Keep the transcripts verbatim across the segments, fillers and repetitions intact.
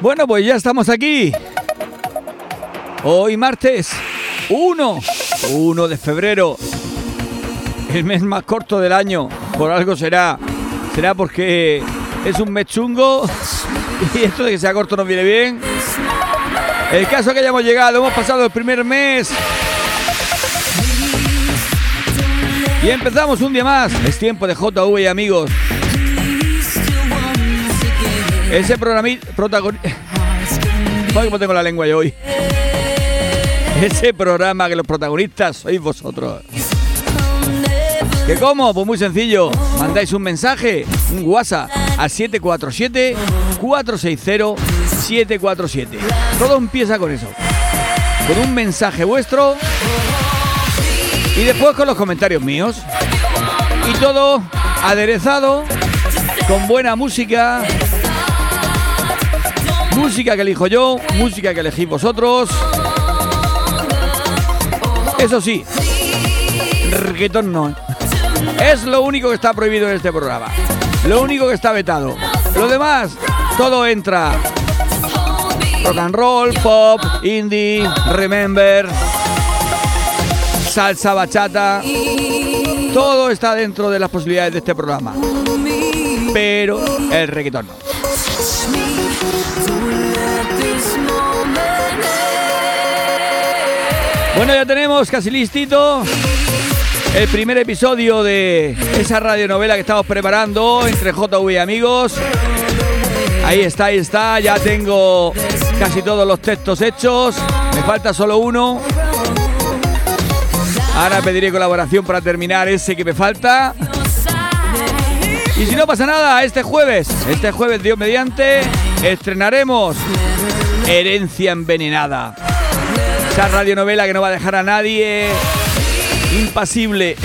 Bueno, pues ya estamos aquí. Hoy martes uno de febrero. El mes más corto del año. Por algo será. Será porque es un mes chungo. Y esto de que sea corto nos viene bien. El caso es que hayamos llegado. Hemos pasado el primer mes. Y empezamos un día más. Es tiempo de J V y amigos. Ese programa protagonista. Joder, cómo tengo la lengua yo hoy. Ese programa que los protagonistas sois vosotros. ¿Qué cómo? Pues muy sencillo. Mandáis un mensaje, un WhatsApp al siete cuatro siete, cuatro seis cero, siete cuatro siete. Todo empieza con eso. Con un mensaje vuestro. Y después con los comentarios míos. Y todo aderezado con buena música. Música que elijo yo, música que elegís vosotros. Eso sí, reggaetón no. Es lo único que está prohibido en este programa. Lo único que está vetado. Lo demás, todo entra. Rock and roll, pop, indie, remember, salsa, bachata. Todo está dentro de las posibilidades de este programa. Pero el reggaetón no. Bueno, ya tenemos casi listito el primer episodio de esa radionovela que estamos preparando entre J V y amigos. Ahí está, ahí está, ya tengo casi todos los textos hechos. Me falta solo uno. Ahora pediré colaboración para terminar ese que me falta. Y si no pasa nada, este jueves, este jueves, Dios mediante, estrenaremos Herencia Envenenada. Esa radionovela que no va a dejar a nadie impasible.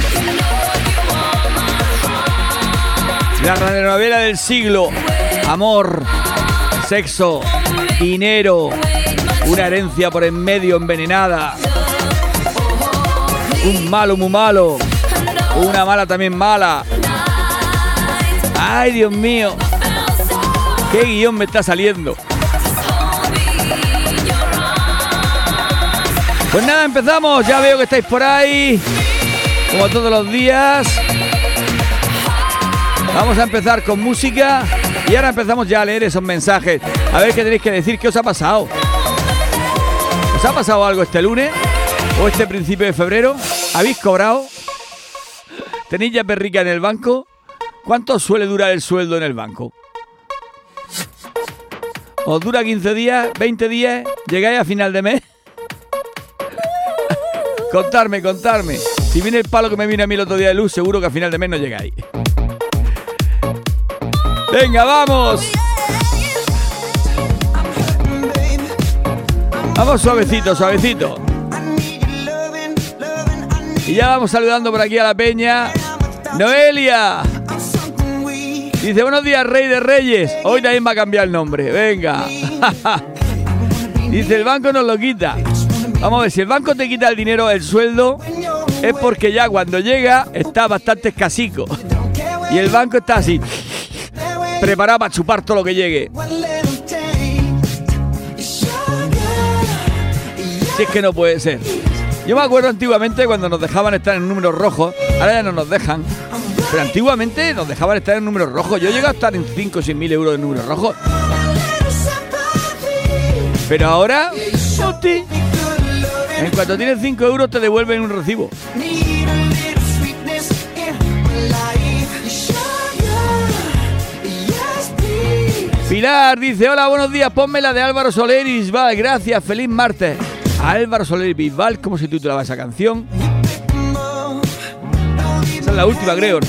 La radionovela del siglo. Amor, sexo, dinero, una herencia por en medio envenenada. Un malo muy malo. Una mala también mala. Ay, Dios mío. Qué guión me está saliendo. Pues nada, empezamos. Ya veo que estáis por ahí, como todos los días. Vamos a empezar con música. Y ahora empezamos ya a leer esos mensajes. A ver qué tenéis que decir, qué os ha pasado. ¿Os ha pasado algo este lunes? ¿O este principio de febrero? ¿Habéis cobrado? ¿Tenéis ya perrica en el banco? ¿Cuánto suele durar el sueldo en el banco? ¿Os dura quince días? ¿veinte días? ¿Llegáis a final de mes? Contarme, contarme. Si viene el palo que me vino a mí el otro día de luz, seguro que a final de mes no llegáis. ¡Venga, vamos! Vamos suavecito, suavecito. Y ya vamos saludando por aquí a la peña. Noelia. Dice, buenos días, Rey de Reyes. Hoy también va a cambiar el nombre. Venga. Dice, el banco nos lo quita. Vamos a ver, si el banco te quita el dinero, el sueldo, es porque ya cuando llega está bastante escasico. Y el banco está así, preparado para chupar todo lo que llegue. Si es que no puede ser. Yo me acuerdo antiguamente cuando nos dejaban estar en números rojos. Ahora ya no nos dejan. Pero antiguamente nos dejaban estar en números rojos. Yo llegué a estar en cinco o seis mil euros de números rojos. Pero ahora, ¡hosti! En cuanto tienes cinco euros te devuelven un recibo. Pilar dice, hola, buenos días, ponme la de Álvaro Soler y Bisbal, gracias, feliz martes. Álvaro Soler y Bisbal, ¿cómo se titulaba esa canción? Esa es la última, creo.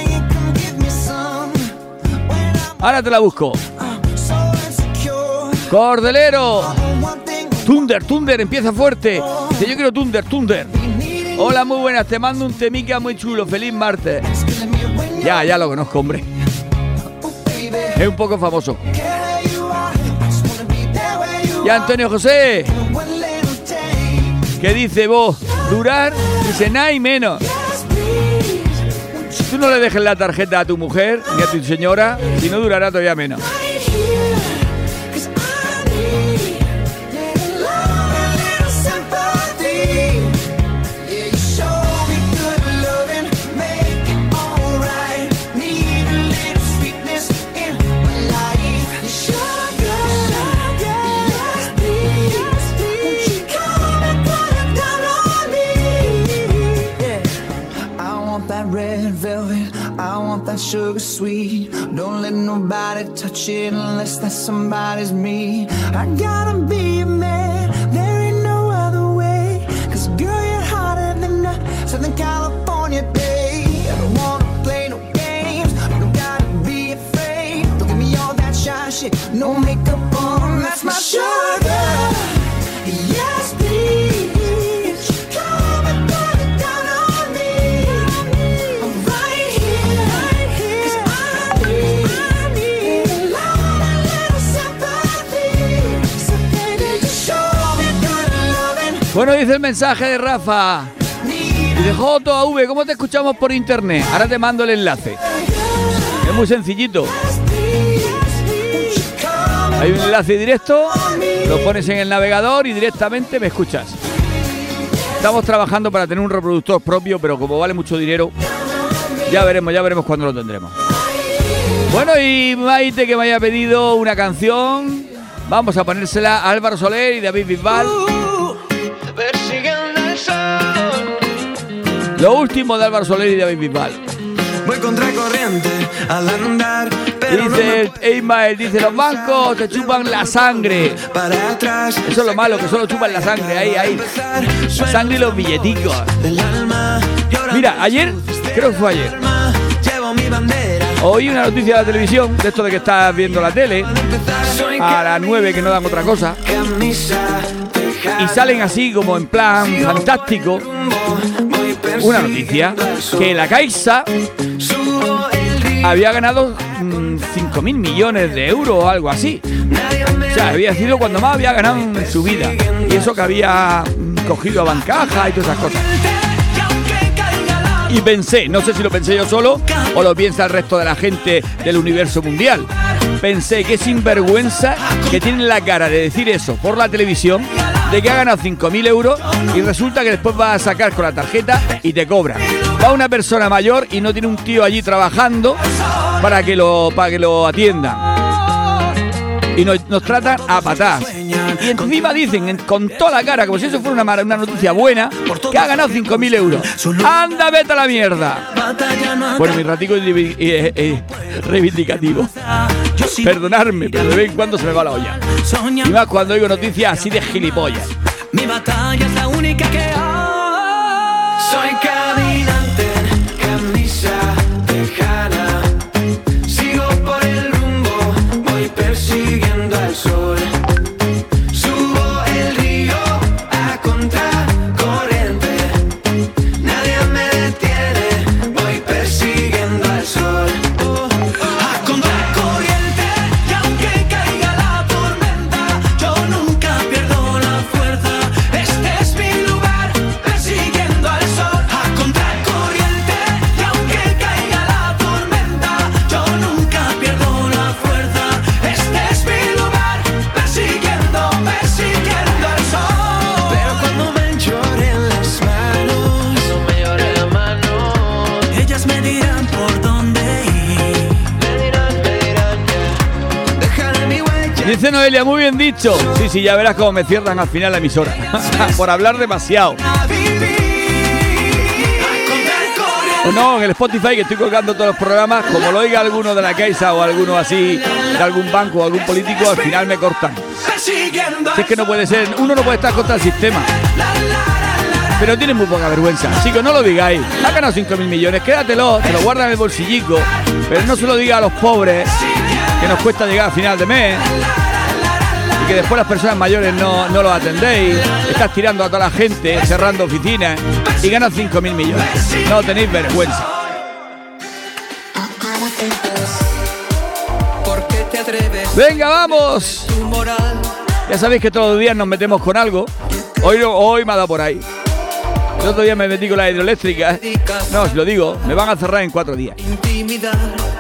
Ahora te la busco. Cordelero. Thunder, Thunder, empieza fuerte. Dice, yo quiero Thunder, Thunder. Hola, muy buenas, te mando un temica muy chulo. Feliz martes. Ya, ya lo conozco, hombre. Es un poco famoso. Y Antonio José, ¿qué dice vos? Durar, dice nada y menos. Tú no le dejes la tarjeta a tu mujer ni a tu señora, si no durará todavía menos. want that sugar sweet. Don't let nobody touch it unless that somebody's me. I gotta be a man, there ain't no other way. Cause girl, you're hotter than a Southern California day. I don't wanna play no games, you don't gotta be afraid. Don't give me all that shy shit, no makeup on, that's my sugar. Yes, please, come and put it down on me. I'm right here, cause I need, I need a lot, a little sympathy. So baby, just show me good loving. Bueno, dice el mensaje de Rafa. Dice, Joto A V, ¿cómo te escuchamos por internet? Ahora te mando el enlace. Es muy sencillito. Hay un enlace directo, lo pones en el navegador y directamente me escuchas. Estamos trabajando para tener un reproductor propio, pero como vale mucho dinero, ya veremos, ya veremos cuándo lo tendremos. Bueno, y Maite, que me haya pedido una canción, vamos a ponérsela a Álvaro Soler y David Bisbal. Lo último de Álvaro Soler y David Bisbal. Voy contra corriente al andar, pero dice no Ismael, dice, los bancos te chupan la sangre. Para atrás, eso es lo malo, que solo chupan la sangre, ahí, ahí. La sangre y los billeticos. Mira, ayer, creo que fue ayer, oí una noticia de la televisión, de esto de que estás viendo la tele, a las nueve que no dan otra cosa, y salen así como en plan fantástico, una noticia, que la Caixa había ganado mmm, cinco mil millones de euros o algo así. O sea, había sido cuando más había ganado en su vida. Y eso que había mmm, cogido a Bancaja y todas esas cosas. Y pensé, no sé si lo pensé yo solo o lo piensa el resto de la gente del universo mundial. Pensé que sinvergüenza que tienen la cara de decir eso por la televisión, de que ha ganado cinco mil euros y resulta que después vas a sacar con la tarjeta y te cobran. Va una persona mayor y no tiene un tío allí trabajando para que lo, para que lo atiendan. Y nos, nos tratan a patadas. Y encima dicen en, con toda la cara, como si eso fuera una, una noticia buena, que ha ganado cinco mil euros. ¡Anda, vete a la mierda! Bueno, mi ratico es eh, eh, reivindicativo. Perdonadme, pero de vez en cuando se me va la olla. Y más cuando oigo noticias así de gilipollas. Mi batalla es la única que hay. Soy caminante en camisa tejana. Sigo por el rumbo, voy persiguiendo al sol. Subo el río a contracorriente. Nadie me detiene, voy persiguiendo al sol. A contracorriente, y aunque caiga la tormenta, yo nunca pierdo la fuerza. Este es mi lugar, persiguiendo al sol. A contracorriente, y aunque caiga la tormenta, yo nunca pierdo la fuerza. Este es mi lugar, persiguiendo, persiguiendo al sol. Pero cuando me lloren las manos, no me llore la mano, ellas me dirán por dónde ir. Me dirán, me dirán, yeah. Dejaré mi huella. Dice Noelia, muy bien dicho. Sí, sí, ya verás cómo me cierran al final la emisora. Por hablar demasiado. A vivir. A contracorriente. O no, en el Spotify, que estoy colgando todos los programas, como lo oiga alguno de la Caixa o alguno así, de algún banco o algún político, al final me cortan. Persiguiendo Si es que no puede ser, uno no puede estar contra el sistema. Pero tienen muy poca vergüenza. Así que no lo digáis. Ha ganado cinco mil millones, quédatelo, te lo guarda en el bolsillico. Pero no se lo diga a los pobres, que nos cuesta llegar a final de mes. Y que después las personas mayores no, no los atendéis. Estás tirando a toda la gente, cerrando oficinas y ganas cinco mil millones. No tenéis vergüenza. ¿Por qué te atreves? Venga, vamos. Tu moral. Ya sabéis que todos los días nos metemos con algo. Hoy, no- hoy me ha dado por ahí. El otro día me metí con la hidroeléctrica. No, os lo digo, me van a cerrar en cuatro días. Intimidad.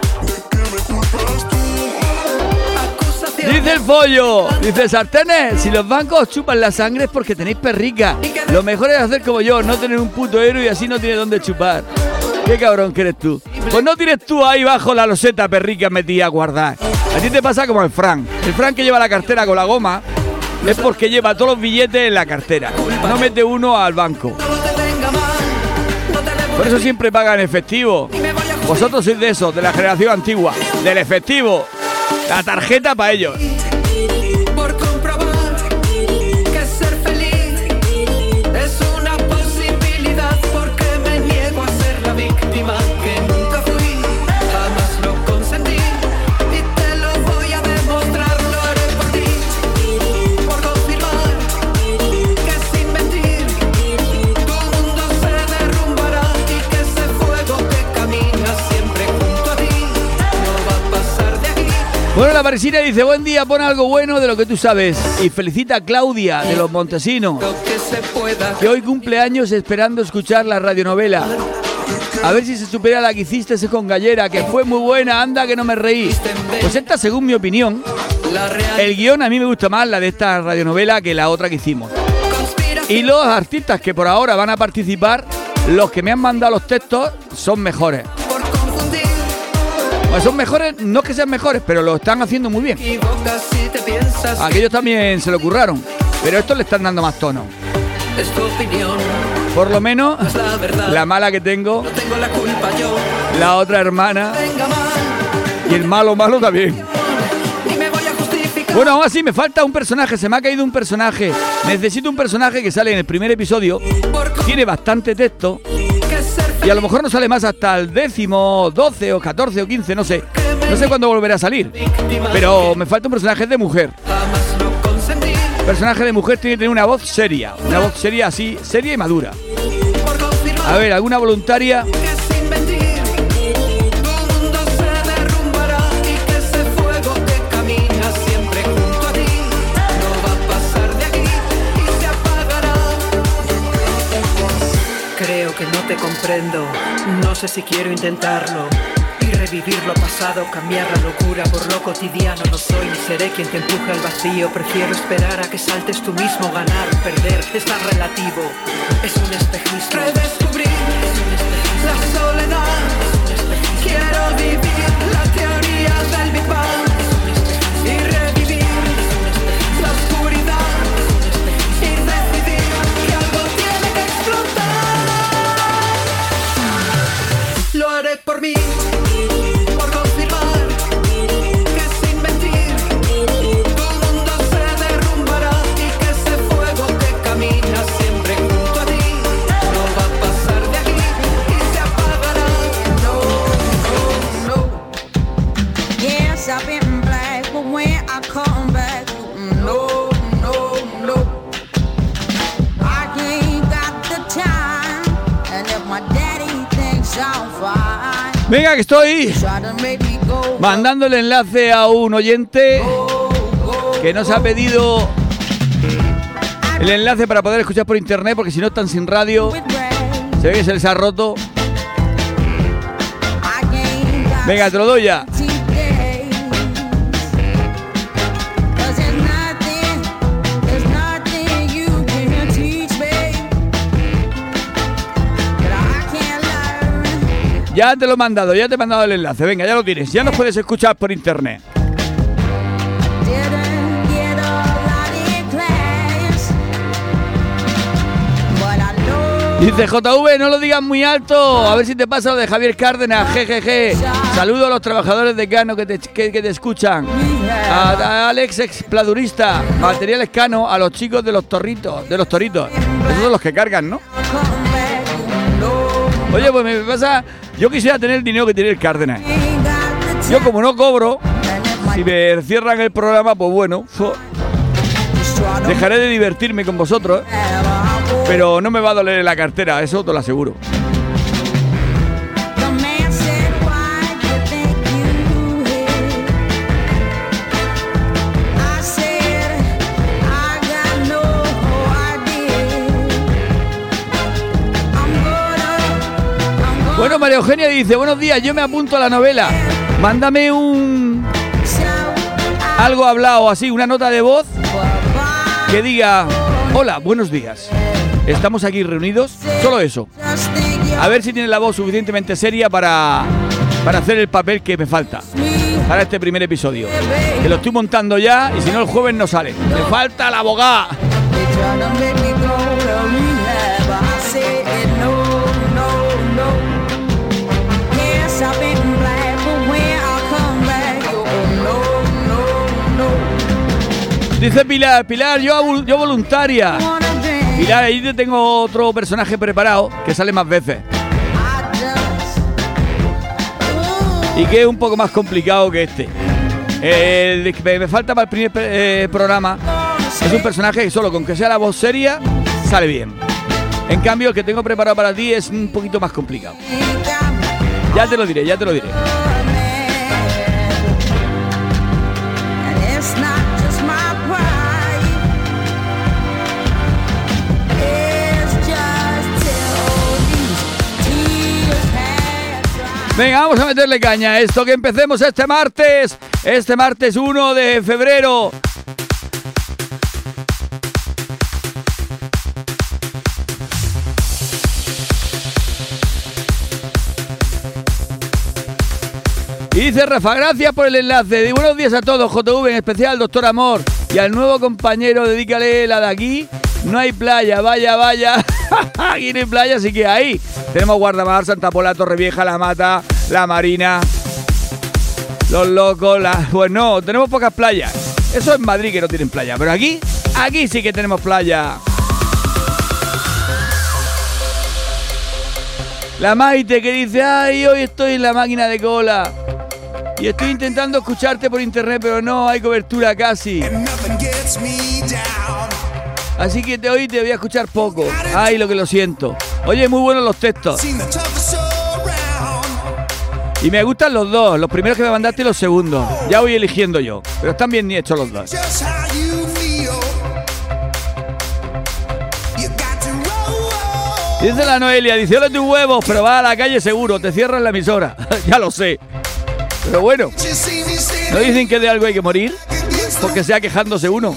Dice el Follo, dice Sartenes, si los bancos chupan la sangre es porque tenéis perrica. Lo mejor es hacer como yo, no tener un puto héroe y así no tiene dónde chupar. Qué cabrón que eres tú. Pues no tienes tú ahí bajo la loseta perrica metida a guardar. A ti te pasa como el Fran. El Fran que lleva la cartera con la goma es porque lleva todos los billetes en la cartera. No mete uno al banco. Por eso siempre paga en efectivo. Vosotros sois de esos, de la generación antigua, del efectivo, la tarjeta para ellos. Por comprobar que ser feliz es una posibilidad, porque me niego a ser la víctima que nunca fui, jamás lo consentí y te lo voy a demostrar, lo haré por ti, por confirmar que sin mentir tu mundo se derrumbará y que ese fuego que camina siempre junto a ti no va a pasar de aquí. Bueno, la parisina dice, buen día, pon algo bueno de lo que tú sabes. Y felicita a Claudia de Los Montesinos, Lo que se pueda. que hoy cumple años esperando escuchar la radionovela. A ver si se supera la que hiciste ese con Gallera, que fue muy buena, anda que no me reí. Pues esta, según mi opinión, La real el guión a mí me gusta más la de esta radionovela que la otra que hicimos. conspiración. Y los artistas que por ahora van a participar, los que me han mandado los textos, son mejores. Por confundir, Pues son mejores, no es que sean mejores, pero lo están haciendo muy bien. equivocas si te piensas que Aquellos también se lo curraron, pero estos le están dando más tono. es tu opinión, Por lo menos, no es la verdad. la mala que tengo, No tengo la culpa yo, la otra hermana venga mal, y el malo malo también. ni me voy a justificar. Bueno, aún así me falta un personaje, se me ha caído un personaje. Necesito un personaje que sale en el primer episodio, Por con- tiene bastante texto que ser y a lo mejor no sale más hasta el décimo, doce o catorce o quince, no sé. No sé cuándo volverá a salir, víctima, pero me falta un personaje de mujer. jamás lo consentí. Personaje de mujer tiene que tener una voz seria, una voz seria así, seria y madura. Por confirmar A ver, alguna voluntaria. que sin mentir tu mundo se derrumbará y que ese fuego que camina siempre junto a ti no va a pasar de aquí y se apagará. Creo que no te comprendo, no sé si quiero intentarlo y revivir lo pasado, cambiar la locura por lo cotidiano. No soy ni seré quien te empuje al vacío, prefiero esperar a que saltes tú mismo. Ganar, perder, es tan relativo, es un espejismo. Redescubrir la soledad, quiero vivir la teoría del Big Bang y revivir la oscuridad y decidir que algo tiene que explotar. Lo haré por mí, por confirmar que sin mentir tu mundo se derrumbará y que ese fuego que camina siempre junto a ti no va a pasar de aquí y se apagará. No, no, no. Yes, I've been black, but when I come back, no, no, no. I ain't got the time, and if my daddy thinks I'm fine, Venga, que estoy try to make me go. mandando el enlace a un oyente que nos ha pedido el enlace para poder escuchar por internet, porque si no están sin radio, With rain, se ve que se les ha roto. I ain't got Venga, te lo doy ya. today. 'Cause there's nothing, there's nothing you can teach me that I can't learn. Ya te lo he mandado, ya te he mandado el enlace. Venga, ya lo tienes, ya nos puedes escuchar por internet. Didn't get a lot in class, but I know Dice J V, no lo digas muy alto, a ver si te pasa lo de Javier Cárdenas, jejeje. Saludo a los trabajadores de Cano que te, que, que te escuchan. A, a Alex Expladurista, Materiales Cano, a los chicos de los torritos, de los toritos. Esos son los que cargan, ¿no? come back. No, Oye, pues me pasa, yo quisiera tener el dinero que tiene el Cárdenas. ain't got the Yo como no cobro, and if my si me cierran el programa, pues bueno, fo- just try to dejaré de divertirme con vosotros, have a war. pero no me va a doler en la cartera, eso te lo aseguro. The man said, why do you think you hid? I said, I got no idea. I'm gonna, I'm gonna Bueno, María Eugenia dice, buenos días, yo me apunto a la novela. Mándame un shout algo hablado así, una nota de voz out. que diga, hola, buenos días. Estamos aquí reunidos, solo eso. Just think you're A ver si tiene la voz suficientemente seria para, para hacer el papel que me falta me, para este primer episodio. Que lo estoy montando ya y si no el jueves no sale. Me falta la abogada. they try to make me go to rehab. I said, no, no, no. Yes, I've Dice Pilar, Pilar, yo, yo voluntaria. Pilar, ahí te tengo otro personaje preparado que sale más veces. Y que es un poco más complicado que este. El que me falta para el primer eh, programa es un personaje que solo con que sea la voz seria sale bien. En cambio, el que tengo preparado para ti es un poquito más complicado. Ya te lo diré, ya te lo diré. Venga, vamos a meterle caña a esto, que empecemos este martes, este martes uno de febrero. Y dice Rafa, gracias por el enlace. Y buenos días a todos, J V, en especial Doctor Amor. Y al nuevo compañero, dedícale la de aquí. No hay playa, vaya, vaya. Aquí no hay playa, así que ahí tenemos Guardamar, Santa Pola, Torrevieja, La Mata, La Marina, Los Locos, la... Pues no, tenemos pocas playas. Eso es Madrid, que no tienen playa. Pero aquí, aquí sí que tenemos playa. La Maite que dice, ay, hoy estoy en la máquina de cola y estoy intentando escucharte por internet, pero no hay cobertura casi. Así que te hoy te voy a escuchar poco. Ay, lo que lo siento. Oye, muy buenos los textos. Y me gustan los dos, los primeros que me mandaste y los segundos. Ya voy eligiendo yo, pero están bien hechos los dos. Dice la Noelia, dice, hola tus huevos, pero va a la calle seguro, te cierran la emisora. Ya lo sé. Pero bueno, ¿no dicen que de algo hay que morir? Porque sea quejándose uno.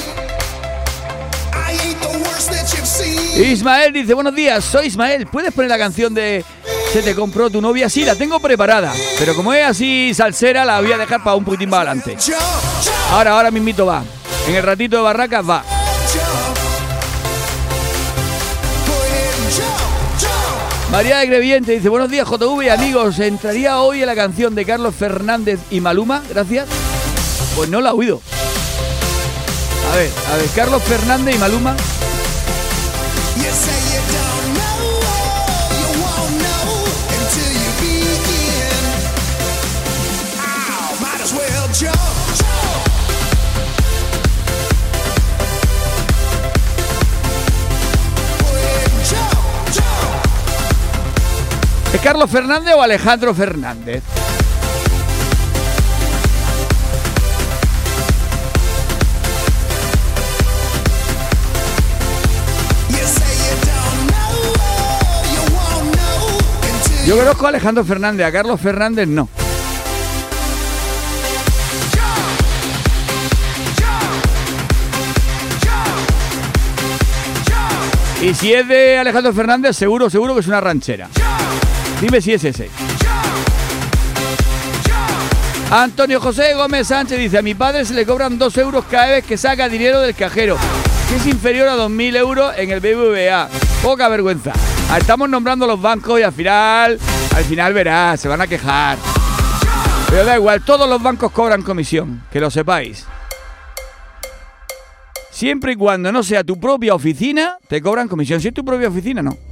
Ismael dice, buenos días, soy Ismael, ¿puedes poner la canción de Se te compró tu novia? Sí, la tengo preparada, pero como es así salsera, la voy a dejar para un poquitín más adelante. Ahora, ahora mismito va. En el ratito de Barracas va. María de Greviente dice, buenos días J V, amigos, ¿entraría hoy en la canción de Carlos Fernández y Maluma? Gracias. Pues no la he oído. A ver, a ver, Carlos Fernández y Maluma. ¿Es Carlos Fernández o Alejandro Fernández? Yo conozco a Alejandro Fernández, a Carlos Fernández no. Y si es de Alejandro Fernández, seguro, seguro que es una ranchera. Dime si es ese. Antonio José Gómez Sánchez dice, a mi padre se le cobran dos euros cada vez que saca dinero del cajero, que es inferior a dos mil euros en el B B V A. Poca vergüenza. Estamos nombrando los bancos y al final, al final verás, se van a quejar. Pero da igual, todos los bancos cobran comisión, que lo sepáis. Siempre y cuando no sea tu propia oficina, te cobran comisión. Si es tu propia oficina, no.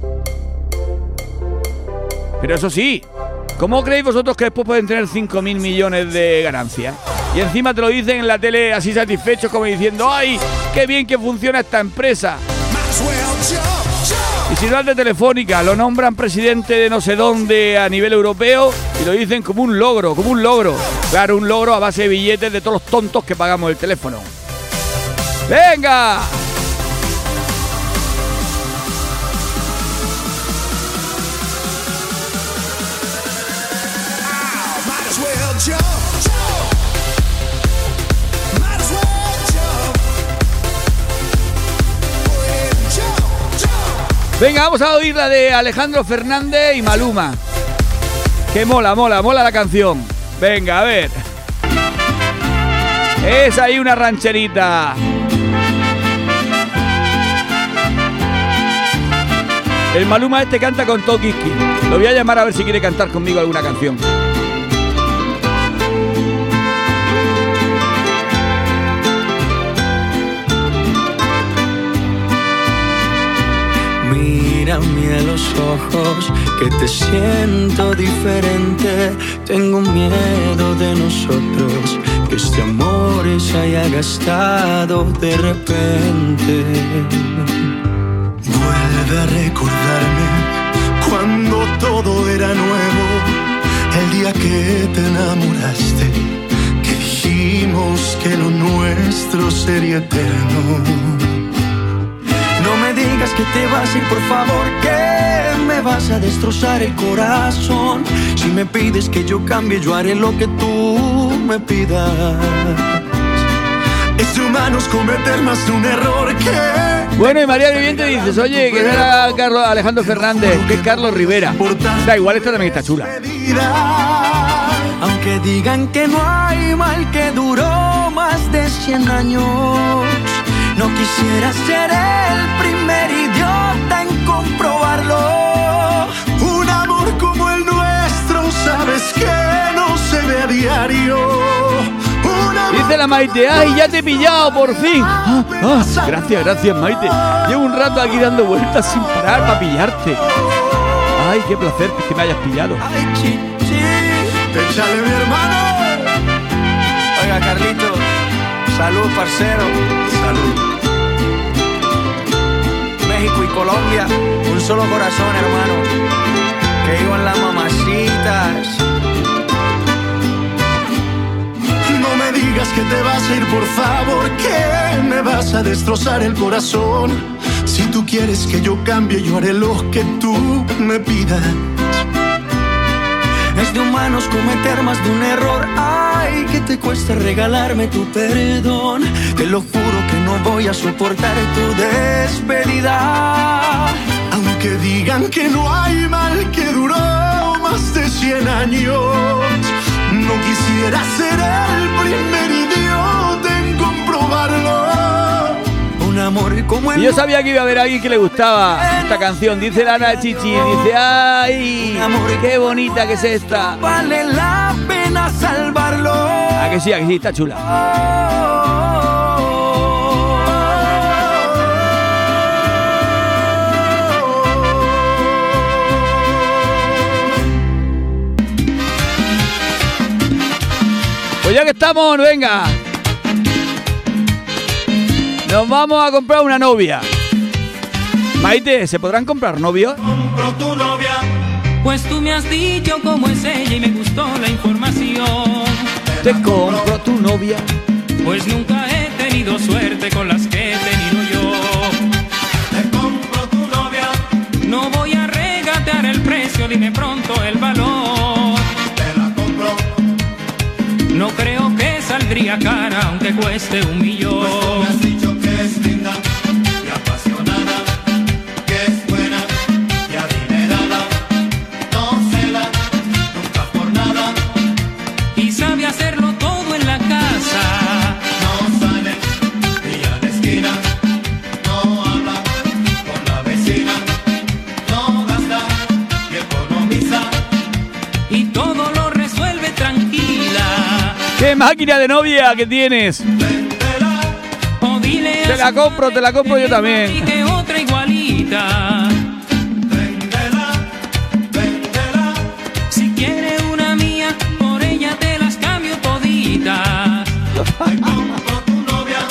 Pero eso sí, ¿cómo creéis vosotros que después pueden tener cinco mil millones de ganancias? Y encima te lo dicen en la tele así satisfechos como diciendo, ¡ay, qué bien que funciona esta empresa! Y si no es de Telefónica, lo nombran presidente de no sé dónde a nivel europeo y lo dicen como un logro, como un logro. Claro, un logro a base de billetes de todos los tontos que pagamos el teléfono. ¡Venga! Venga, vamos a oír la de Alejandro Fernández y Maluma. Que mola, mola, mola la canción. Venga, a ver. Es ahí una rancherita. El Maluma este canta con Tokiski. Lo voy a llamar a ver si quiere cantar conmigo alguna canción. mírame los ojos, que te siento diferente. Tengo miedo de nosotros, que este amor se haya gastado de repente. Vuelve a recordarme cuando todo era nuevo, el día que te enamoraste, que dijimos que lo nuestro sería eterno. No me digas que te vas a ir, por favor, que me vas a destrozar el corazón. Si me pides que yo cambie, yo haré lo que tú me pidas. Es de humanos cometer más de un error que... Bueno, y María Viviente dices, oye, que no era Carlos Alejandro Fernández, que es Carlos Rivera. Da igual, esta también está chula. Aunque digan que no hay mal que duró más de cien años, no quisiera ser el primer idiota en comprobarlo. Un amor como el nuestro, sabes que no se ve a diario. Dice la Maite, ay, ya te he pillado por fin. Ah, ah, gracias, gracias, Maite. Llevo un rato aquí dando vueltas sin parar para pillarte. Ay, qué placer que me hayas pillado. Ay, chichi, échale, mi hermano. Oiga, Carlito, salud, parcero. Salud. México y Colombia, un solo corazón, hermano. Que iban las mamacitas. No me digas que te vas a ir, por favor, que me vas a destrozar el corazón. Si tú quieres que yo cambie, yo haré lo que tú me pidas. Es de humanos cometer más de un error. Ay, que te cuesta regalarme tu perdón. Te lo juro que no voy a soportar tu despedida. Aunque digan que no hay mal que duró más de cien años, no quisiera ser el primer idiota en comprobarlo. Un amor como el... Y yo sabía que iba a haber alguien que le gustaba esta canción. Dice la Ana Chichi, dice, ay, qué bonita que es esta. Vale la pena salvarlo. Ah, que sí, que sí, está chula. Pues ya que estamos, venga. Nos vamos a comprar una novia. Maite, ¿se podrán comprar novios? Compro tu novia, pues tú me has dicho cómo es ella y me gustó la información. Te compro tu novia, pues nunca he tenido suerte con las que he tenido yo. Te compro tu novia, no voy a regatear el precio, dime pronto el valor. te la compro. No creo que saldría cara aunque cueste un millón. Pues tú me has dicho que es linda y apasionada, que es buena y adinerada. No cela, nunca por nada. Y sabe hacerlo todo en la casa. No sale ni a la esquina, no habla con la vecina, no gasta y economiza. Y todo lo resuelve tranquila. ¿qué máquina de novia que tienes? O dile Te la compro, te la compro yo también. Y que otra igualita. Véndela, véndela. Si quiere una mía, por ella te las cambio toditas. Te compro tu novia.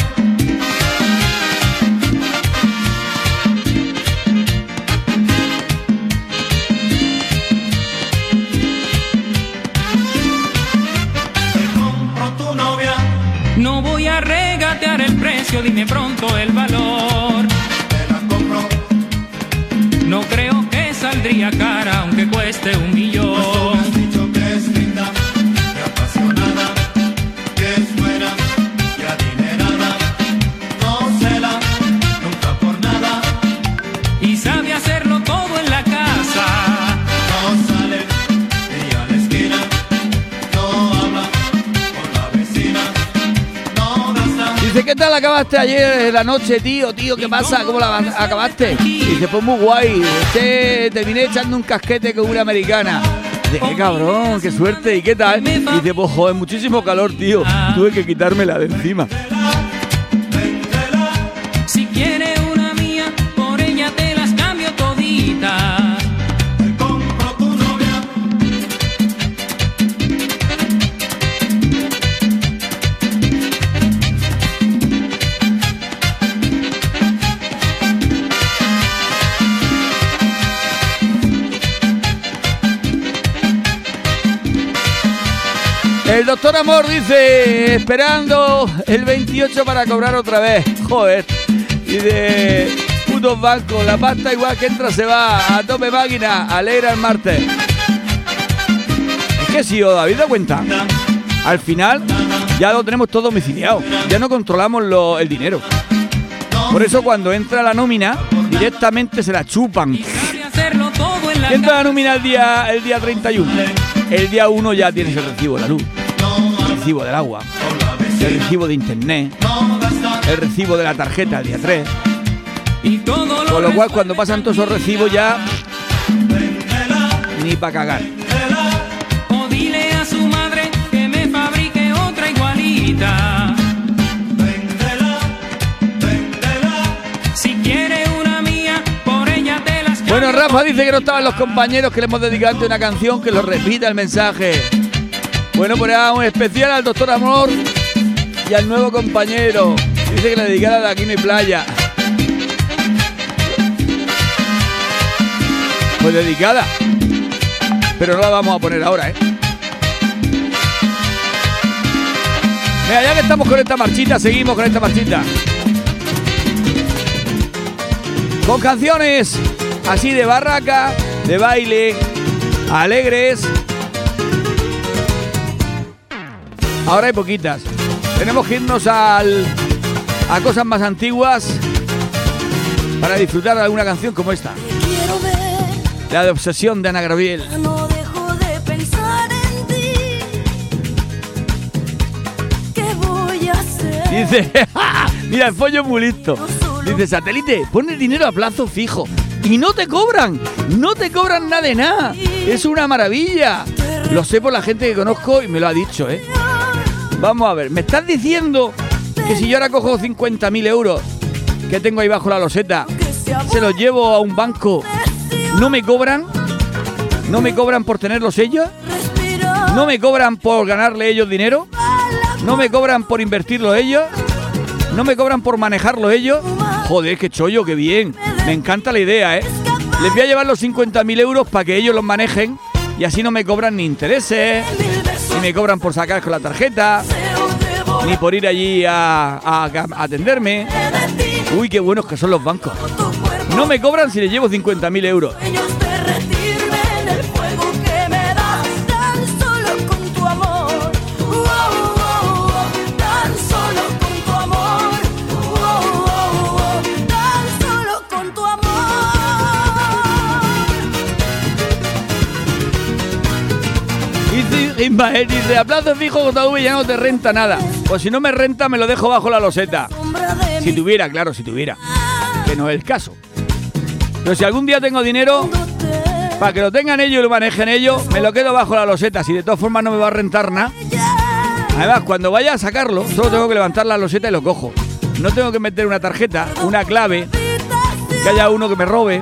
Te compro tu novia. No voy a regatear el precio, dime pronto el valor. Te la compro. No creo que saldría cara aunque cueste un Pues tú me millón. has dicho que es linda y apasionada, que es buena y adinerada. No cela, nunca por nada. Y sabe hacerlo todo en la casa. No sale ni a la esquina, no habla con la vecina, no gasta. Dice, ¿qué tal acabaste ayer la noche, tío? Tío, ¿qué pasa? ¿Cómo la acabaste? Dice, pues muy guay. Este, terminé echando un casquete con una americana. Dice, qué cabrón, qué suerte. ¿Y qué tal? Dice, pues joder, muchísimo calor, tío. Tuve que quitármela de encima. Si quiere una mía, por ella te las cambio toditas. doctor Amor dice, esperando el veintiocho para cobrar otra vez. Joder. Y de putos bancos, la pasta igual que entra se va. A tope máquina, alegra el martes. Es que si os habéis dado cuenta, al final ya lo tenemos todo domiciliado. Ya no controlamos lo, el dinero. Por eso cuando entra la nómina, directamente se la chupan. ¿Quién entra la nómina el día, el día treinta y uno? El día uno ya tienes el recibo de la luz, el recibo del agua, el recibo de internet, el recibo de la tarjeta el día tres. Con lo cual cuando pasan todos esos recibos ya ni para cagar. O dile a su madre que me fabrique otra igualita. Si quiere una mía, por ella te las cambio. Bueno, Rafa dice que no estaban los compañeros, que le hemos dedicado antes una canción, que lo repita el mensaje. Bueno, pues era un especial al doctor Amor y al nuevo compañero. Dice que le dedicara de Aquí no hay playa. Pues dedicada. Pero no la vamos a poner ahora, ¿eh? Mira, ya que estamos con esta marchita, seguimos con esta marchita. Con canciones así de barraca, de baile, alegres. Ahora hay poquitas. Tenemos que irnos al, a cosas más antiguas para disfrutar de alguna canción como esta. La de Obsesión de Ana Gabriel. No dejo de pensar en ti. ¿Qué voy a hacer? Dice, mira, el pollo muy listo. Dice, Satélite, pon el dinero a plazo fijo y no te cobran, no te cobran nada de nada. Es una maravilla. Lo sé por la gente que conozco y me lo ha dicho, ¿eh? Vamos a ver, ¿me estás diciendo que si yo ahora cojo cincuenta mil euros que tengo ahí bajo la loseta, se los llevo a un banco, no me cobran? ¿No me cobran por tenerlos ellos? ¿No me cobran por ganarle ellos dinero? ¿No me cobran por invertirlo ellos? ¿No me cobran por manejarlo ellos? Joder, qué chollo, qué bien. Me encanta la idea, ¿eh? Les voy a llevar los cincuenta mil euros para que ellos los manejen y así no me cobran ni intereses, ni me cobran por sacar con la tarjeta, ni por ir allí a, a, a atenderme. Uy, qué buenos que son los bancos. No me cobran si les llevo cincuenta mil euros. Ismael dice, a plazo fijo J V ya no te renta nada. Pues si no me renta me lo dejo bajo la loseta. Si tuviera, claro, si tuviera. Que no es el caso. Pero si algún día tengo dinero, para que lo tengan ellos y lo manejen ellos, me lo quedo bajo la loseta. Si de todas formas no me va a rentar nada. Además, cuando vaya a sacarlo, solo tengo que levantar la loseta y lo cojo. No tengo que meter una tarjeta, una clave, que haya uno que me robe.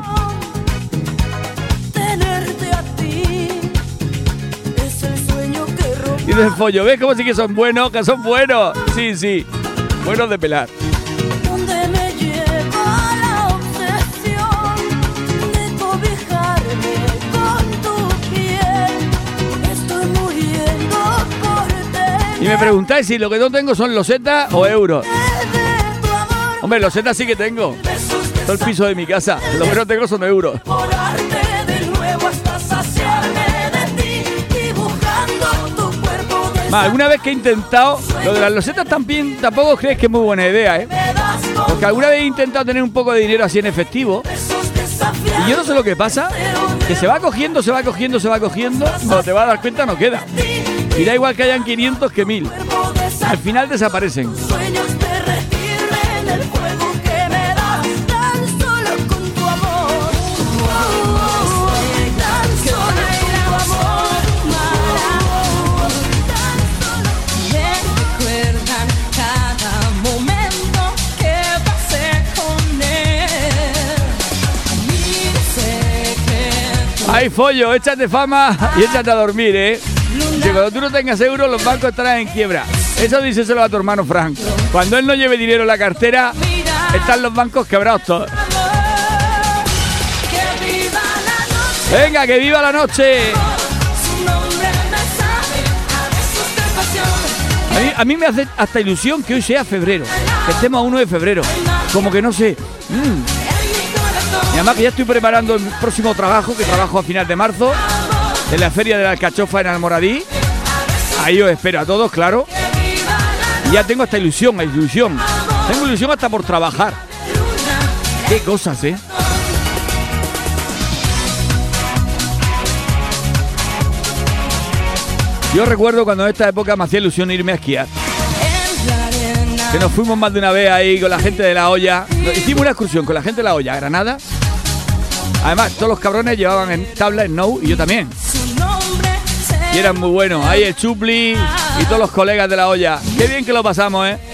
Y de pollo, ¿ves cómo sí que son buenos? Que son buenos. Sí, sí. Buenos de pelar. Donde me lleva la obsesión de cobijarme con tu piel. Estoy muriendo por ti. Y me preguntáis si lo que no tengo son losetas o euros. Hombre, losetas sí que tengo. Todo el piso de mi casa. Lo que no tengo son euros. Ma, alguna vez que he intentado, lo de las losetas también tampoco crees que es muy buena idea, ¿eh? Porque alguna vez he intentado tener un poco de dinero así en efectivo y yo no sé lo que pasa, que se va cogiendo, se va cogiendo, se va cogiendo, cuando te vas a dar cuenta no queda. Y da igual que hayan quinientos que mil. Al final desaparecen. Ay, follo, échate fama y échate a dormir, ¿eh? Que cuando tú no tengas euros, los bancos estarán en quiebra. Eso díselo a tu hermano Frank. Cuando él no lleve dinero en la cartera, están los bancos quebrados todos. Venga, que viva la noche. Su nombre me sabe a besos de pasión. A mí, a mí me hace hasta ilusión que hoy sea febrero, que estemos a uno de febrero. Como que no sé. Mm. Y además que ya estoy preparando el próximo trabajo, que trabajo a final de marzo, en la Feria de la Alcachofa en Almoradí. Ahí os espero a todos, claro. Y ya tengo hasta ilusión, ilusión. Tengo ilusión hasta por trabajar. Qué cosas, ¿eh? Yo recuerdo cuando en esta época me hacía ilusión irme a esquiar. Que nos fuimos más de una vez ahí con la gente de La Hoya. Hicimos una excursión con la gente de La Hoya a Granada. Además, todos los cabrones llevaban en tabla Snow y yo también. Y eran muy buenos. Ahí el Chupli y todos los colegas de La Hoya. Qué bien que lo pasamos, ¿eh?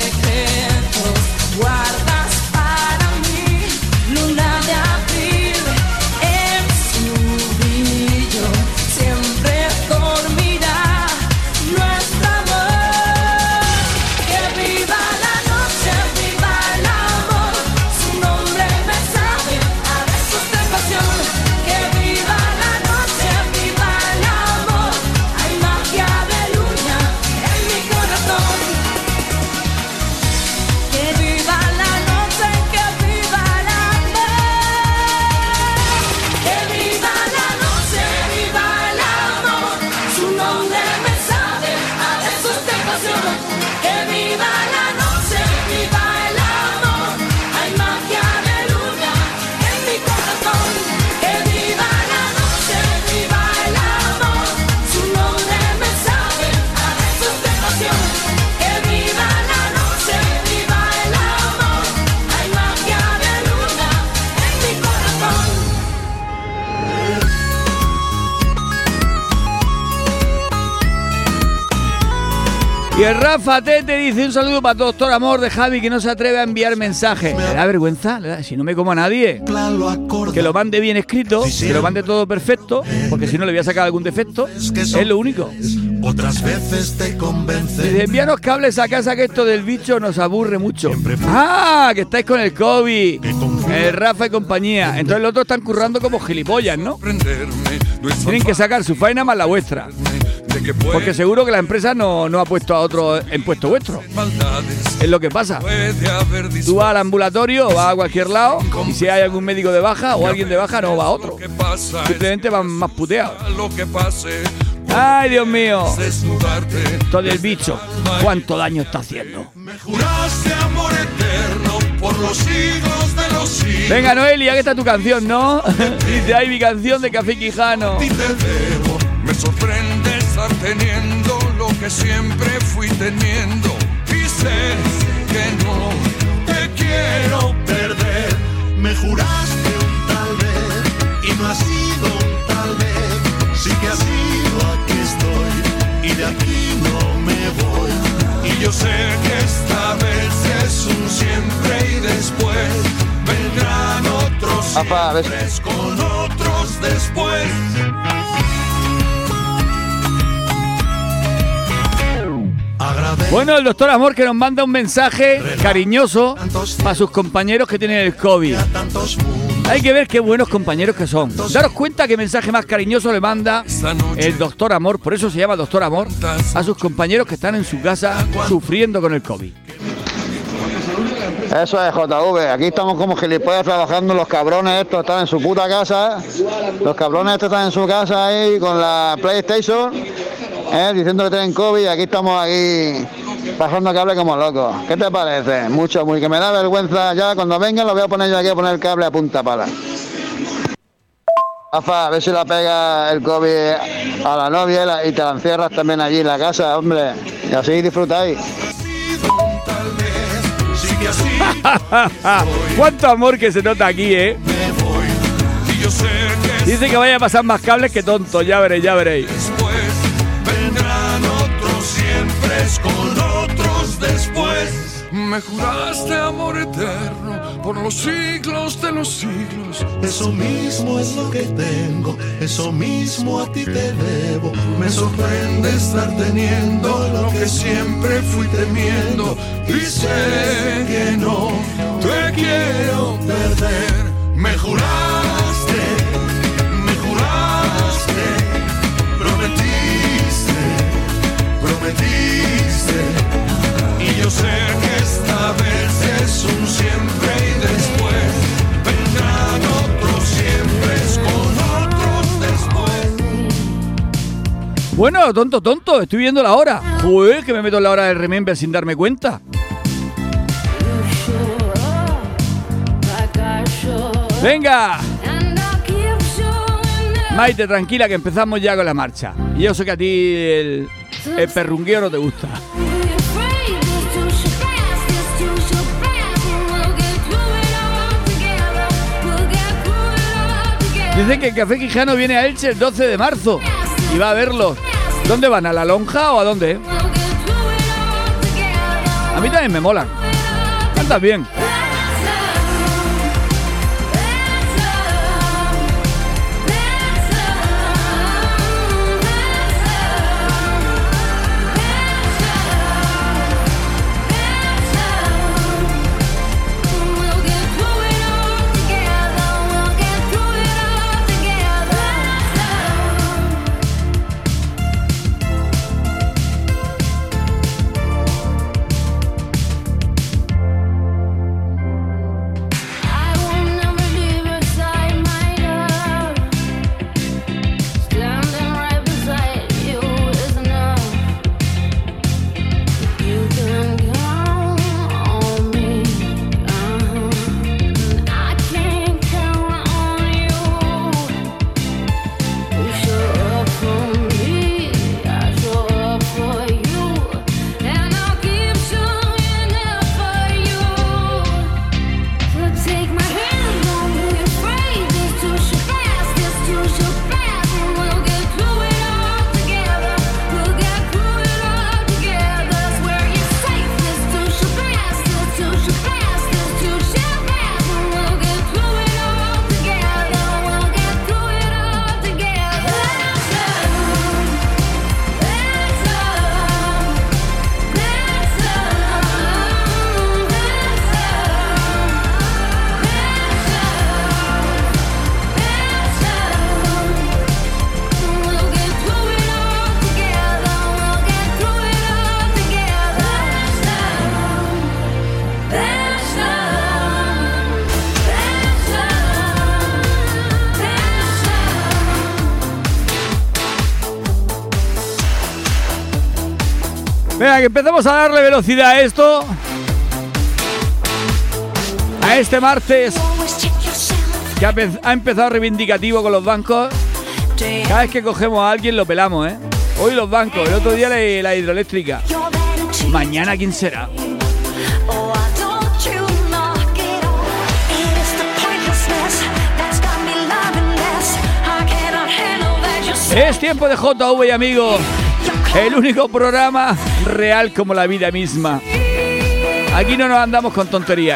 Y el Rafa Tete dice un saludo para Doctor Amor de Javi, que no se atreve a enviar mensajes. ¿Le da vergüenza? ¿Le da? Si no me como a nadie, que lo mande bien escrito, que lo mande todo perfecto, porque si no le voy a sacar algún defecto. Es lo único. Otras veces te convence. Dice, envíanos cables a casa, que esto del bicho nos aburre mucho. Ah, que estáis con el COVID, el Rafa y compañía. Entonces los otros están currando como gilipollas, ¿no? Tienen que sacar su faena más la vuestra. Porque seguro que la empresa no, no ha puesto a otro en puesto vuestro. Es lo que pasa. Tú vas al ambulatorio o vas a cualquier lado y si hay algún médico de baja o alguien de baja, no va a otro. Simplemente van más puteados. Ay, Dios mío. Todo el bicho. ¿Cuánto daño está haciendo? Venga, Noelia, que está tu canción, ¿no? Dice, ay, mi canción de Café Quijano. Me sorprende estar teniendo lo que siempre fui teniendo. Y sé que no te quiero perder. Me juraste un tal vez y no ha sido un tal vez. Sí que ha sido, aquí estoy y de aquí no me voy. Y yo sé que esta vez es un siempre y después vendrán otros siempre con otros después. Bueno, el doctor Amor que nos manda un mensaje cariñoso para sus compañeros que tienen el COVID. Hay que ver qué buenos compañeros que son. Daros cuenta qué mensaje más cariñoso le manda el doctor Amor, por eso se llama doctor Amor, a sus compañeros que están en su casa sufriendo con el COVID. Eso es, J V, aquí estamos como gilipollas trabajando, los cabrones estos están en su puta casa, los cabrones estos están en su casa ahí con la PlayStation, eh, diciendo que tienen COVID, y aquí estamos aquí pasando cable como locos. ¿Qué te parece? Mucho, muy que me da vergüenza ya, cuando vengan lo voy a poner yo aquí a poner el cable a punta pala. Rafa, a ver si la pega el COVID a la novia y, la, y te la encierras también allí en la casa, hombre, y así disfrutáis. Cuánto amor que se nota aquí, ¿eh? Dice que vaya a pasar más cables que tonto, ya veréis, ya veréis. Después vendrán otros siempre con otros después. Me juraste amor eterno por los siglos de los siglos. Eso mismo es lo que tengo, eso mismo a ti te debo. Me sorprende estar teniendo lo que siempre fui temiendo. Y sé que no te quiero perder. Me juraste, me juraste, prometiste, prometiste. Bueno, tonto, tonto, estoy viendo la hora. Joder, que me meto en la hora del Remember sin darme cuenta. ¡Venga! Maite, tranquila, que empezamos ya con la marcha. Y yo sé que a ti el, el perrungueo no te gusta. Dicen que el Café Quijano viene a Elche el doce de marzo y va a verlos. ¿Dónde van? ¿A la Lonja o a dónde? A mí también me molan. Cantas bien. Venga, que empezamos a darle velocidad a esto. A este martes que ha, ha empezado reivindicativo con los bancos. Cada vez que cogemos a alguien lo pelamos, ¿eh? Hoy los bancos, el otro día la, la hidroeléctrica. Mañana, ¿quién será? Es tiempo de J V y amigos. El único programa real como la vida misma. Aquí no nos andamos con tonterías.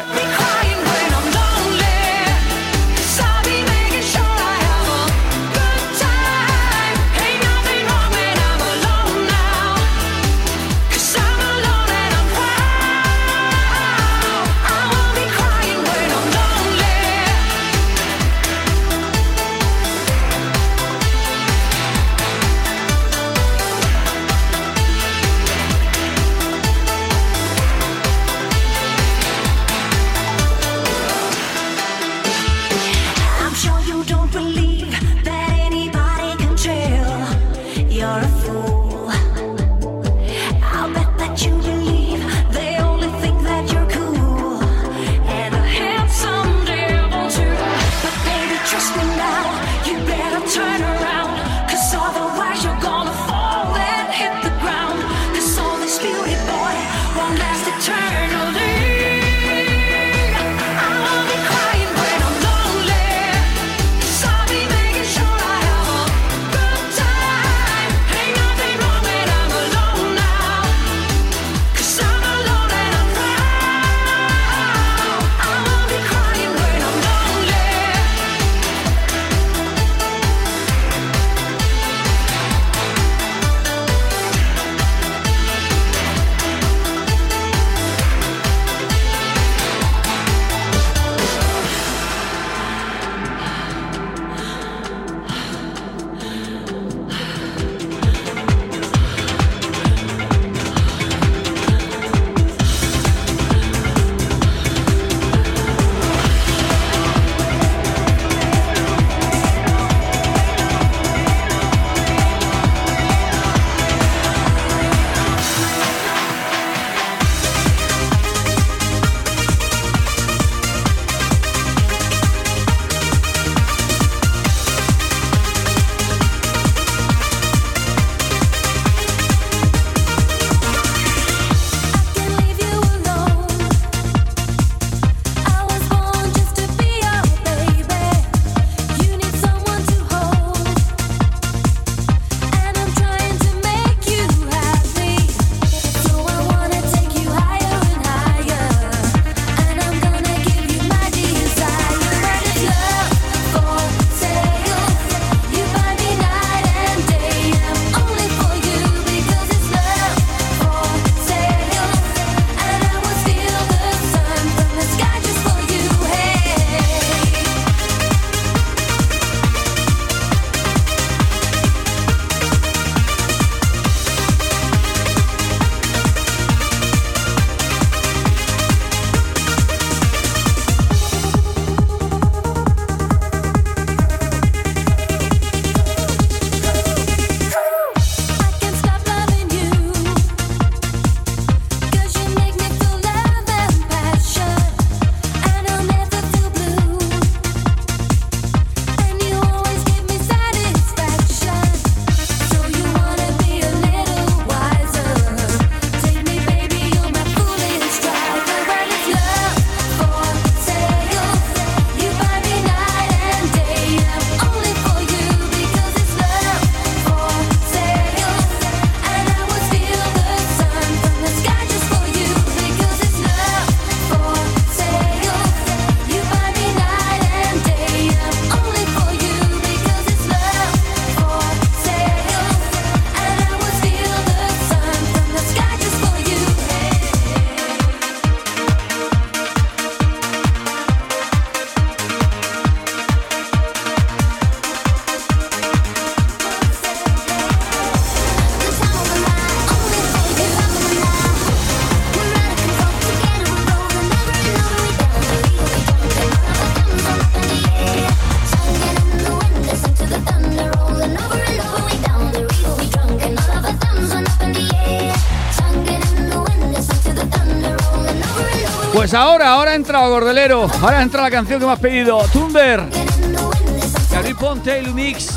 Pues ahora, ahora ha entrado Gordelero. Ahora entra la canción que me has pedido, Thunder. Gabriel Ponte, Lumix.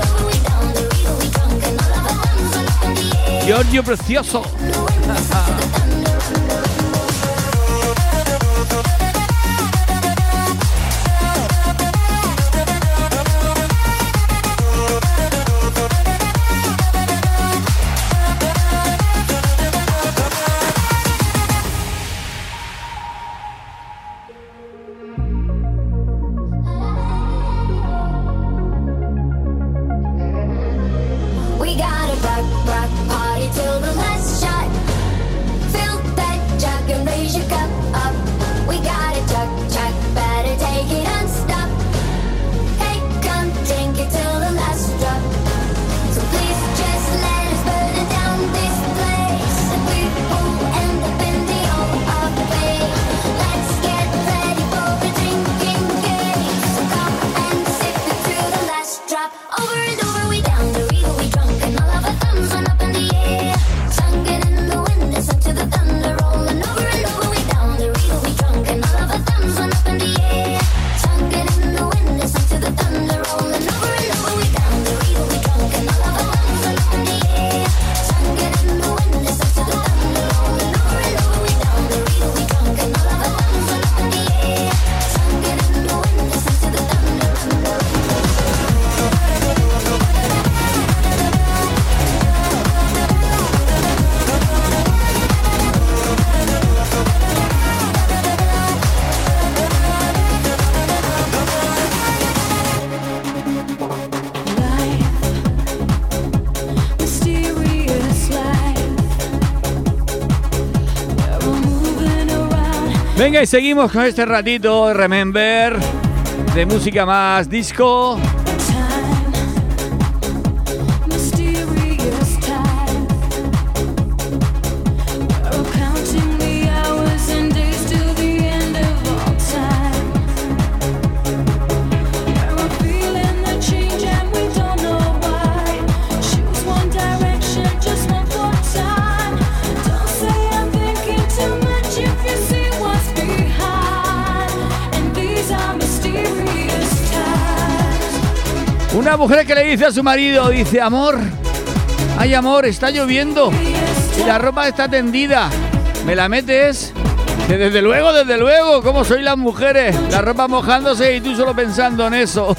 Giorgio Precioso. Venga, y seguimos con este ratito de Remember, de música más disco. Una mujer que le dice a su marido, dice, amor, ay amor, está lloviendo y la ropa está tendida, ¿me la metes? Que desde luego, desde luego, ¿cómo sois las mujeres? La ropa mojándose y tú solo pensando en eso.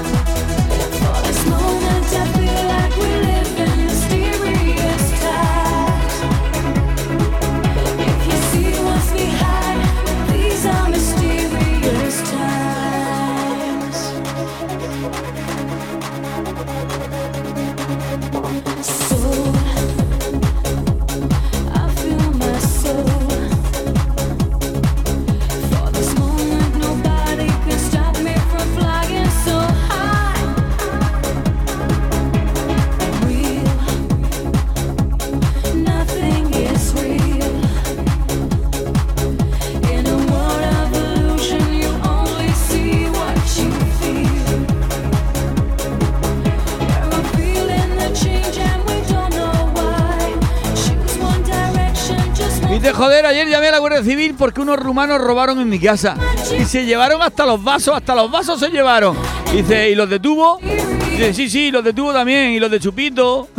Joder, ayer llamé a la Guardia Civil porque unos rumanos robaron en mi casa y se llevaron hasta los vasos, hasta los vasos se llevaron. Dice, ¿y los detuvo? Dice, sí, sí, los detuvo también, y los de Chupito.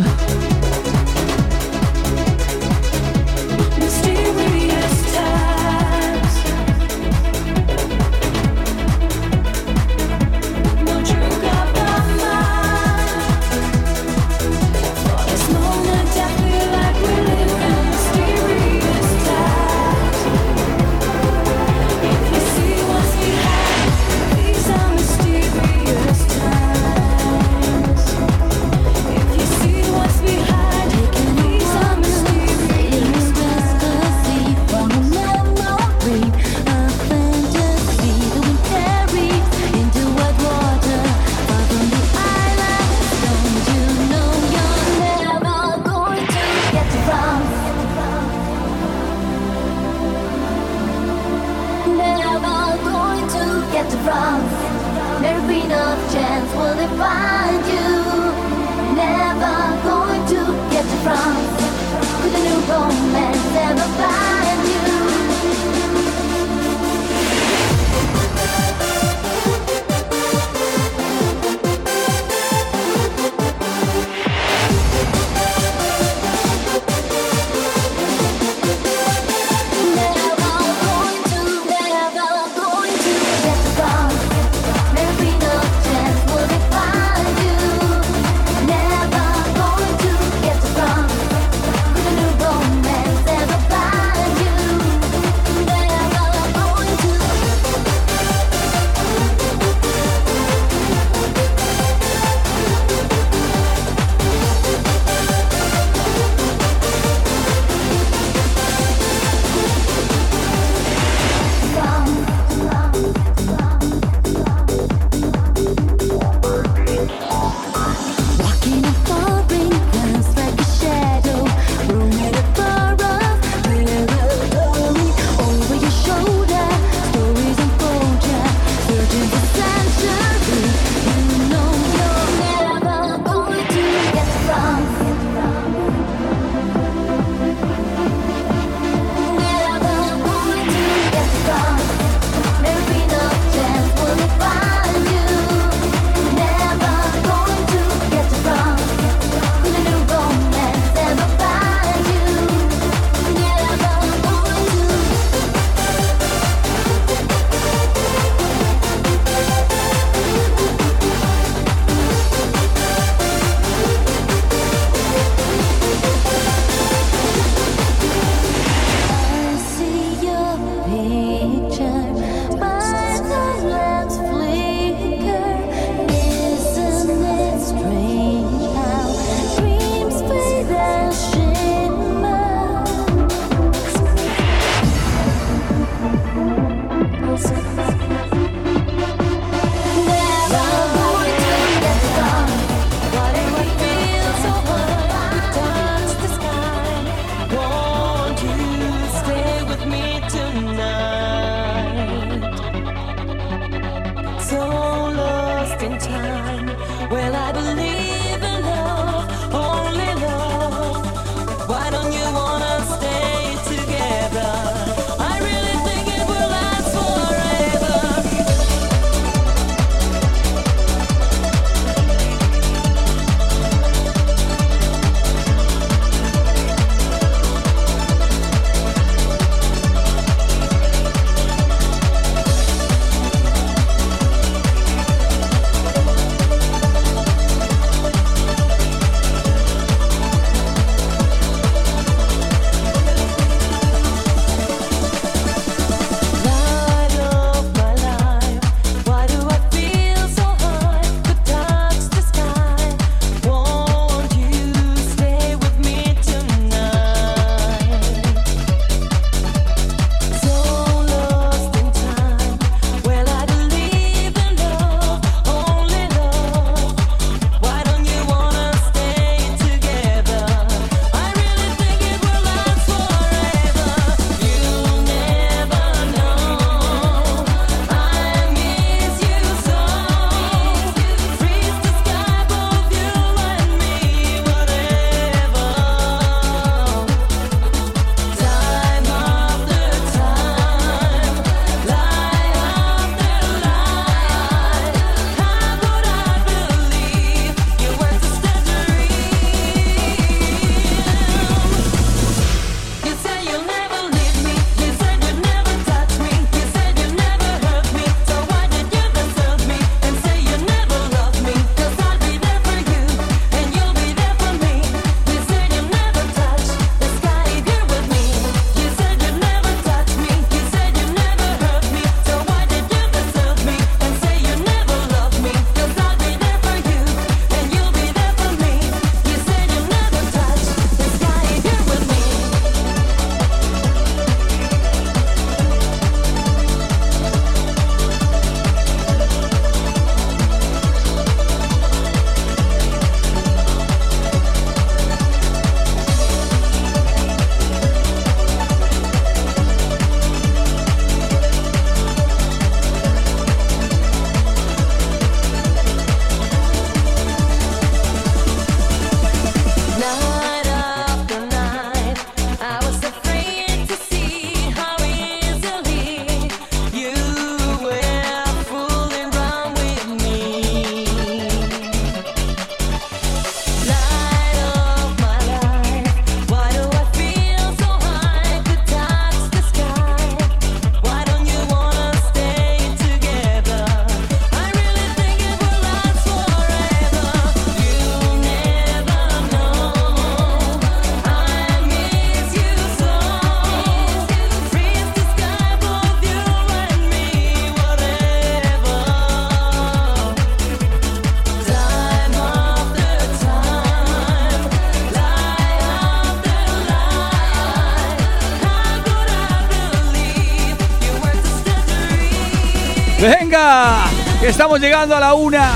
Venga, que estamos llegando a la una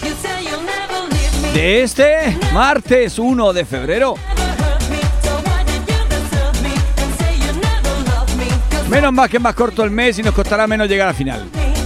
de este martes uno de febrero. Menos mal que es más corto el mes y nos costará menos llegar al final.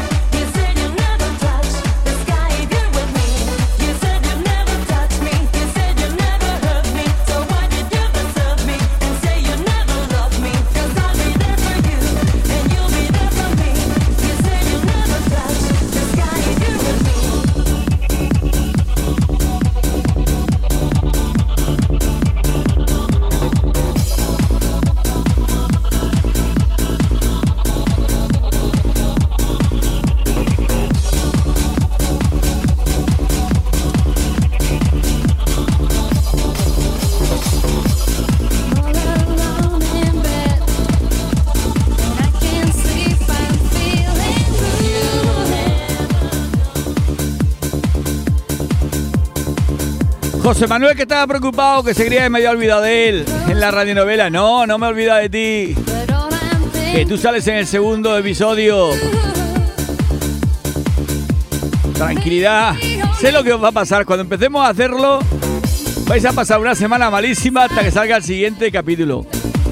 José Manuel, que estaba preocupado, que se creía que me había olvidado de él en la radionovela. No, no me he olvidado de ti. Que tú sales en el segundo episodio. Tranquilidad. Sé lo que os va a pasar. Cuando empecemos a hacerlo, vais a pasar una semana malísima hasta que salga el siguiente capítulo.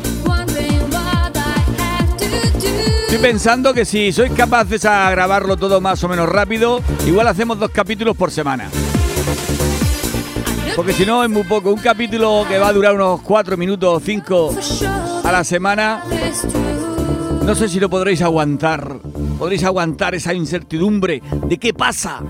Estoy pensando que si sois capaces a grabarlo todo más o menos rápido, igual hacemos dos capítulos por semana. Porque si no es muy poco. Un capítulo que va a durar unos cuatro minutos o cinco a la semana. No sé si lo podréis aguantar. Podréis aguantar esa incertidumbre de qué pasa.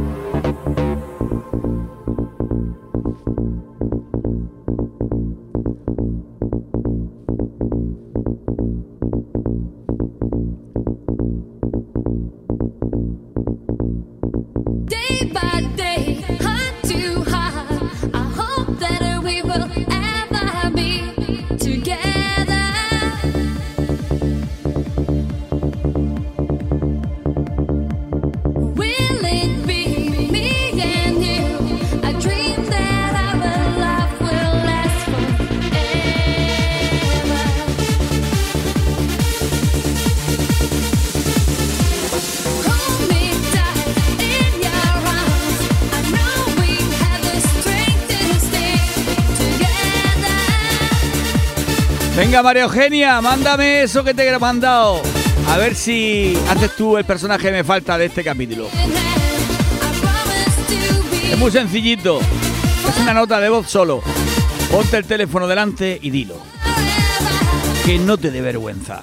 Venga, María Eugenia, mándame eso que te he mandado. A ver si haces tú el personaje que me falta de este capítulo. Es muy sencillito. Es una nota de voz solo. Ponte el teléfono delante y dilo. Que no te dé vergüenza.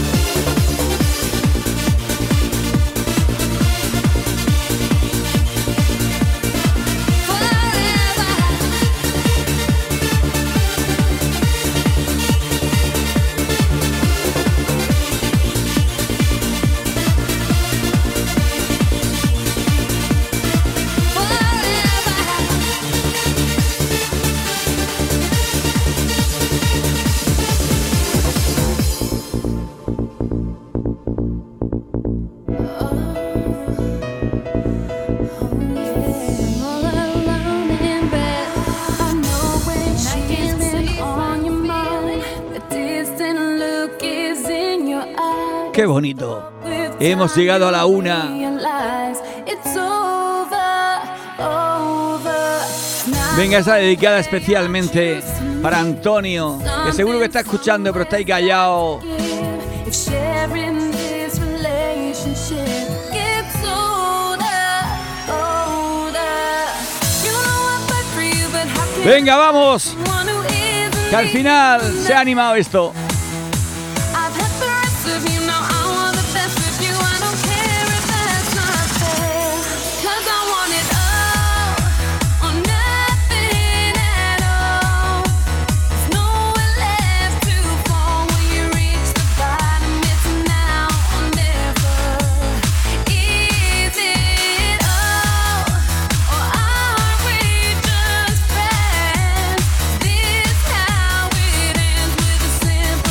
Qué bonito. Hemos llegado a la una. Venga, esa dedicada especialmente para Antonio, que seguro que está escuchando, pero está ahí callado. Venga, vamos. Que al final se ha animado esto. Simple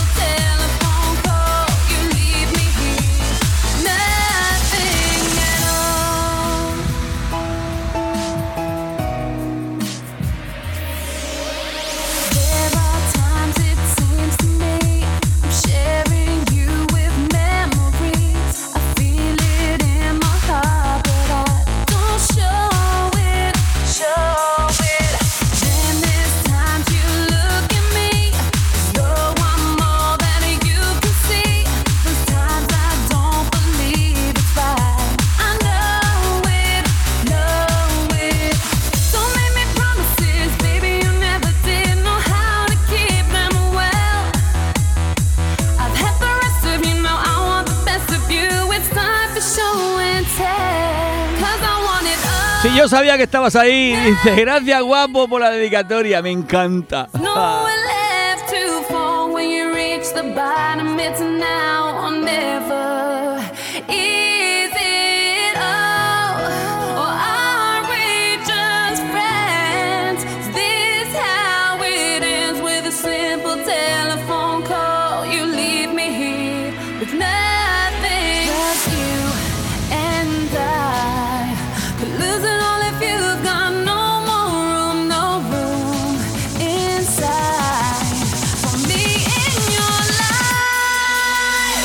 Si yo sabía que estabas ahí. Dice, gracias guapo por la dedicatoria, me encanta. Nowhere left to fall when you reach the bottom. It's now or never. Is it all, or are we just friends? Is this how it ends, with a simple telephone call? You leave me here with nothing. Just you and I could lose it all if you've got no more room, no room inside for me in your life.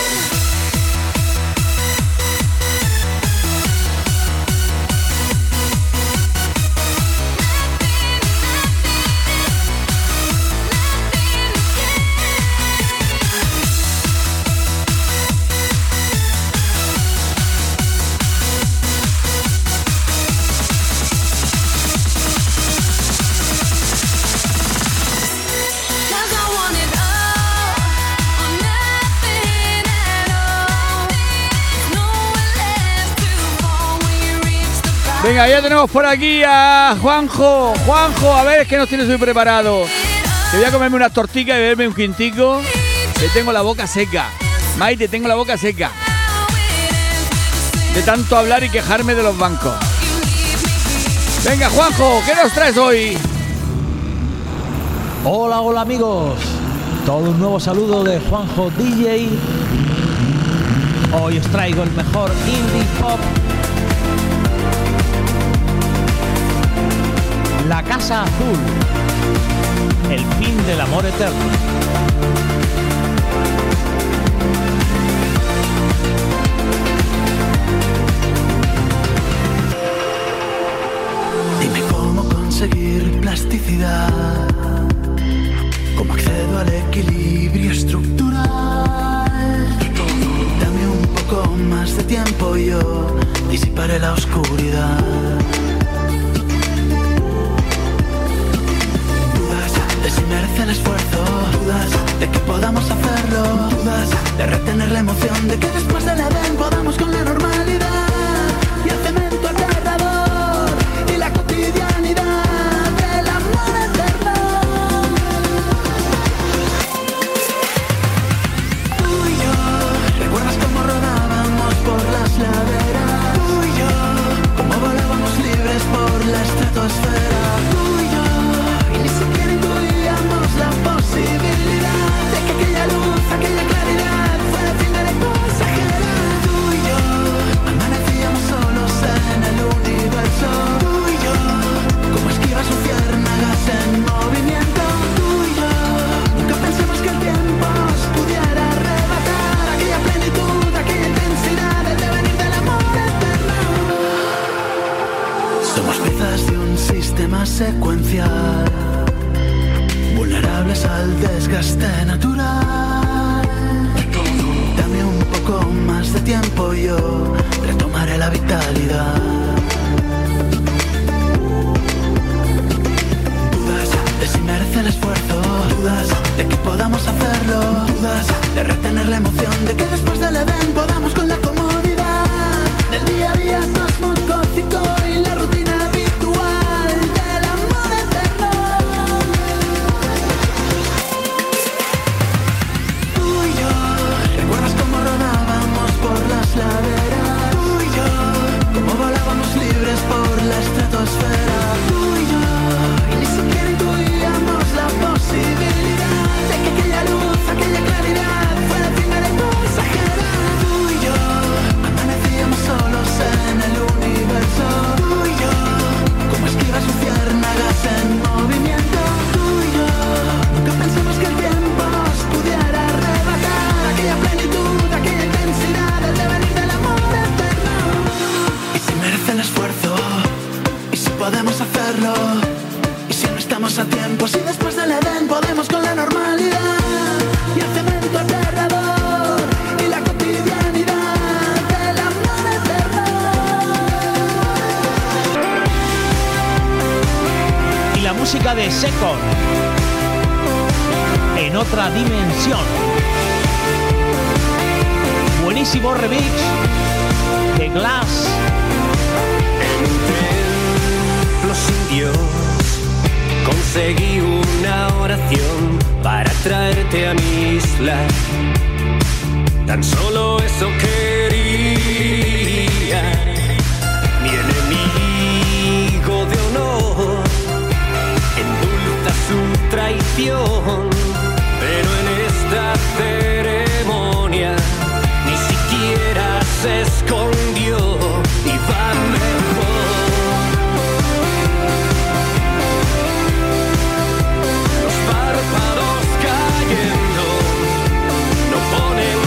Cause I want it all, or nothing at all. Nowhere left to fall when you reach the bottom. Venga, ya tenemos por aquí a Juanjo. Juanjo, a ver, es que nos tienes muy preparado. Te voy a comerme unas torticas y beberme un quintico. Que tengo la boca seca. Maite, tengo la boca seca. De tanto hablar y quejarme de los bancos. Venga, Juanjo, ¿qué nos traes hoy? Hola, hola amigos. Todo un nuevo saludo de Juanjo D J. Hoy os traigo el mejor indie pop. La Casa Azul. El fin del amor eterno. Dime cómo conseguir plasticidad, cómo accedo al equilibrio estructural. Dame un poco más de tiempo y yo disiparé la oscuridad. Dudas de si merece el esfuerzo, dudas de que podamos hacerlo, dudas de retener la emoción de que después del Edén podamos con la normalidad y el cemento aterrador y la cotidianidad del amor eterno. Tú y yo, ¿recuerdas cómo rodábamos por las laderas? Tú y yo, cómo volábamos libres por la estratosfera. Tú y yo, y ni siquiera intuíamos la posibilidad de que aquella luz, aquella claridad fuera el fin de la pasajera. Tú y yo, amanecíamos solos en el universo. Tú y yo, como esquivas luciérnagas en movimiento. Tú y yo, nunca pensamos que el tiempo os pudiera arrebatar aquella plenitud, aquella intensidad del devenir del amor eterno. Somos piezas de un sistema secuencial, vulnerables al desgaste natural. Dame un poco más de tiempo y yo retomaré la vitalidad. Dudas de si merece el esfuerzo, dudas de que podamos hacerlo, dudas de retener la emoción de que después del Edén podamos con la comodidad del día a día cosmos gótico y la rutina habitual del amor eterno. Tú y yo, ¿recuerdas cómo rodábamos por las laderas? Tú y yo, cómo volábamos libres por la estratosfera. Tú y yo, y ni siquiera intuíamos la posibilidad de que aquella luz, aquella claridad fuera el fin de la pasajera. Tú y yo, amanecíamos solos en el universo. Tú y yo, como esquivas luciérnagas en movimiento. Tú y yo, nunca pensamos que el tiempo os pudiera arrebatar aquella plenitud, aquella intensidad del devenir del amor eterno. Y si merece el esfuerzo, y si podemos hacerlo, y si no estamos a tiempo, si después del Edén podemos con la normalidad y el cemento aterrador y la cotidianidad del amor eterno. Y la música de Second. En otra dimensión. Buenísimo remix de Glass. Dios, conseguí una oración para traerte a mi isla. Tan solo eso quería. Mi enemigo de honor endulza su traición, pero en esta ceremonia ni siquiera se escondió y va mejor. Los párpados cayendo no ponen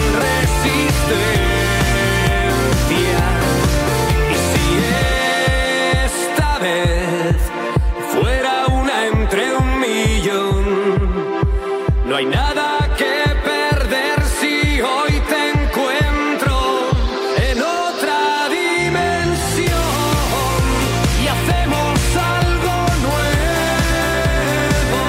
resistencia. Y si esta vez fuera una entre un millón, no hay nada que perder si hoy te encuentro en otra dimensión y hacemos algo nuevo.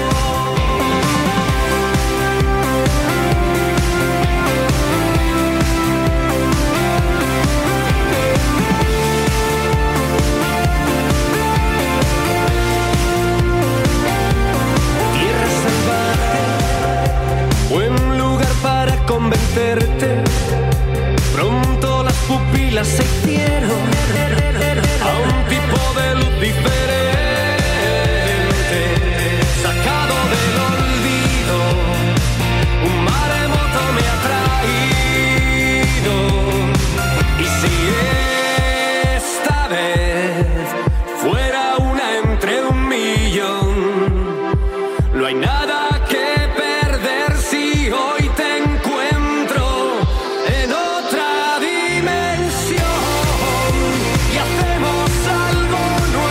Tierra salvaje, buen lugar para convencerte. Pronto las pupilas se hicieron a un tipo de luz diferente, sacado del olvido. Un maremoto me ha traído. Y si esta vez fuera una entre un millón, no hay nada que perder si hoy te encuentro en otra dimensión y hacemos algo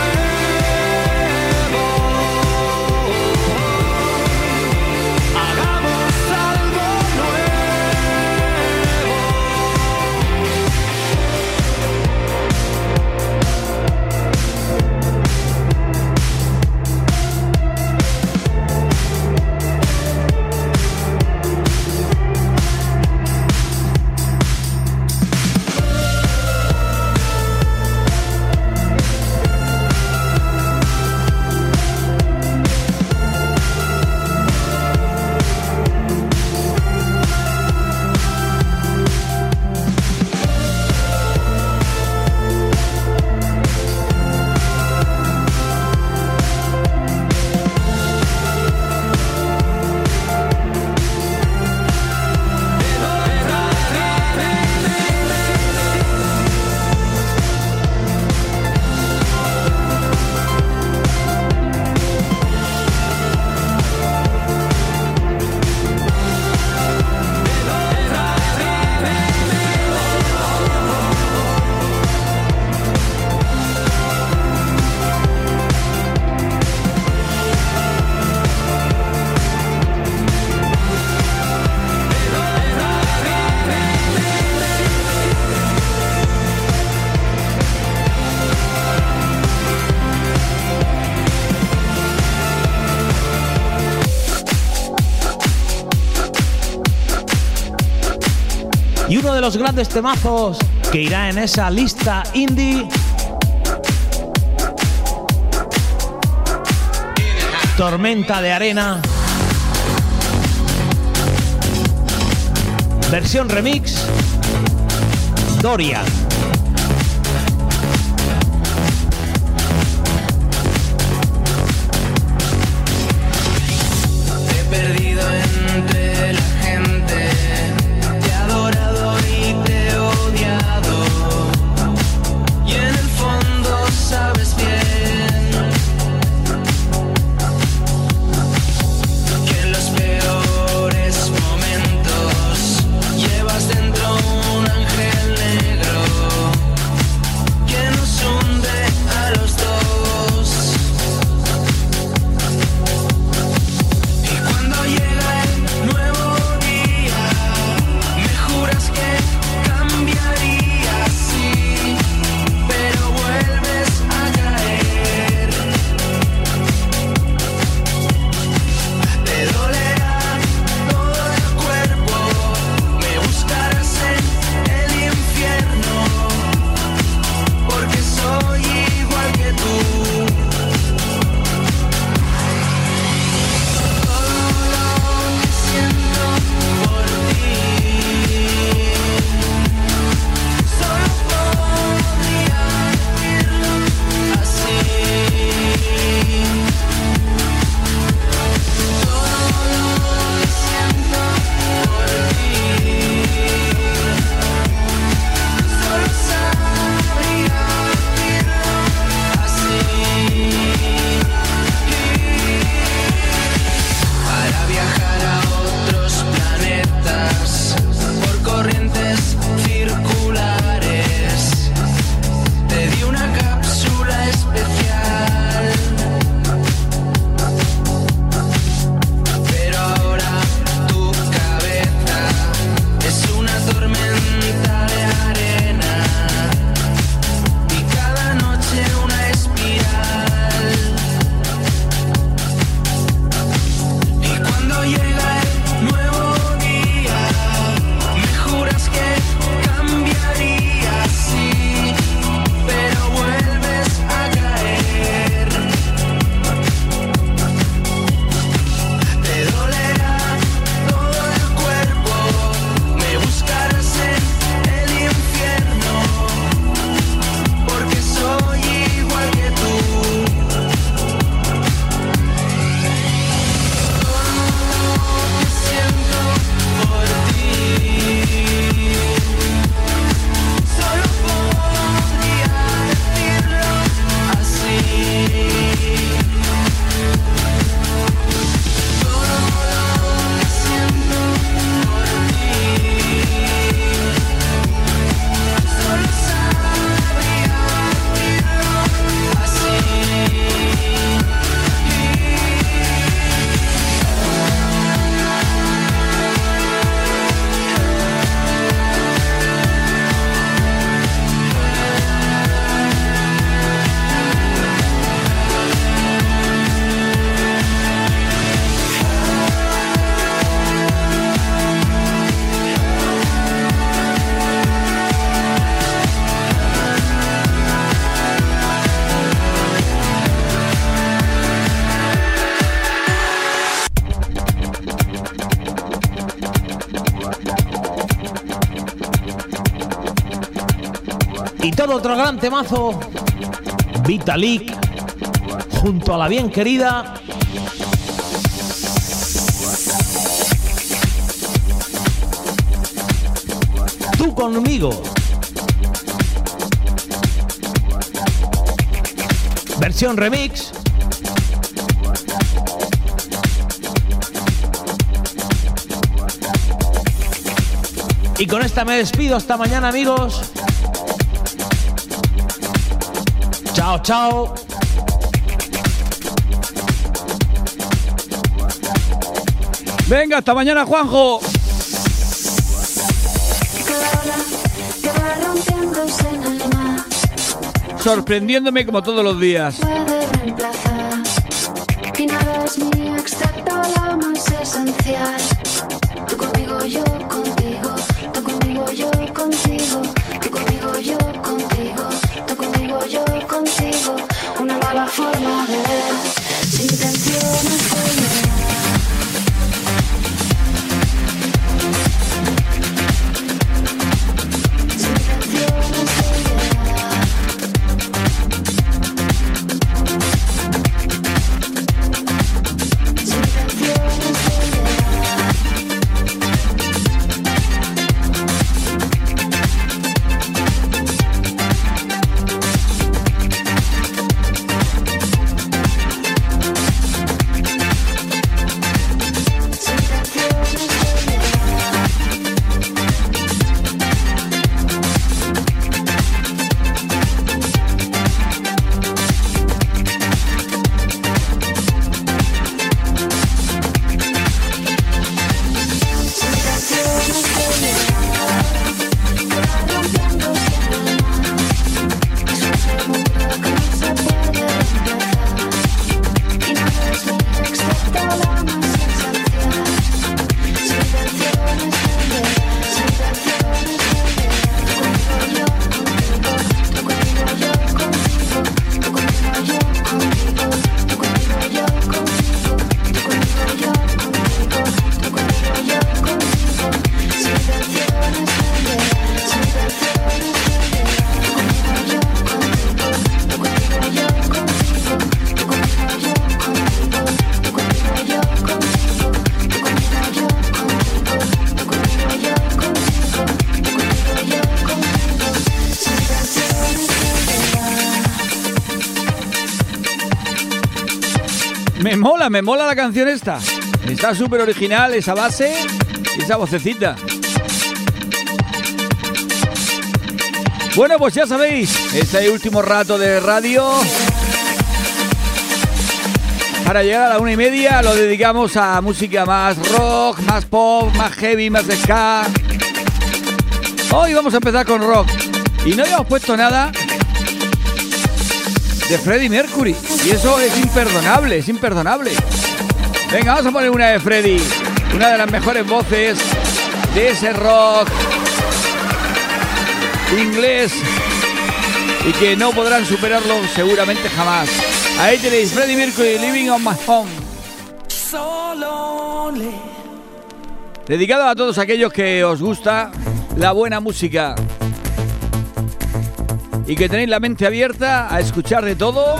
nuevo. Hagamos algo nuevo. Y uno de los grandes temazos que irá en esa lista indie, Tormenta de Arena, versión remix, Dorian. Te he perdido entre la gente, te he adorado y te he odiado, y en el fondo sabes bien que en los peores momentos llevas dentro un ángel negro que nos hunde a los dos. Y cuando llegue Y todo otro gran temazo, Vitalik, junto a la bien querida Tú conmigo. Versión remix. Y con esta me despido hasta mañana, amigos. Chao, chao. Venga, hasta mañana, Juanjo. Sorprendiéndome como todos los días. Y nada es mío excepto lo más esencial. Tú conmigo, yo contigo. Tú conmigo, yo contigo. Tú conmigo, yo contigo. Tú conmigo, yo contigo. Una mala forma de ver, sin intenciones tuyas. Me mola, me mola la canción esta. Está súper original esa base y esa vocecita. Bueno, pues ya sabéis, este último rato de radio, para llegar a la una y media, lo dedicamos a música más rock, más pop, más heavy, más ska. Hoy vamos a empezar con rock. Y no habíamos puesto nada de Freddie Mercury. Y eso es imperdonable, es imperdonable. Venga, vamos a poner una de Freddie. Una de las mejores voces de ese rock inglés. Y que no podrán superarlo seguramente jamás. Ahí tenéis Freddie Mercury, Living on My Home. Dedicado a todos aquellos que os gusta la buena música y que tenéis la mente abierta a escuchar de todo,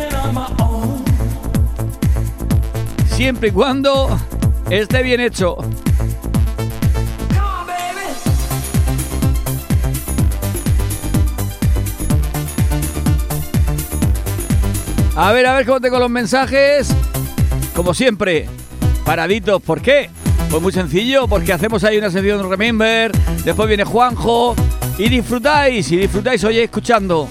siempre y cuando esté bien hecho. A ver, a ver cómo tengo los mensajes. Como siempre, paraditos. ¿Por qué? Pues muy sencillo, porque hacemos ahí una sección de Remember, después viene Juanjo y disfrutáis, y disfrutáis hoy escuchando.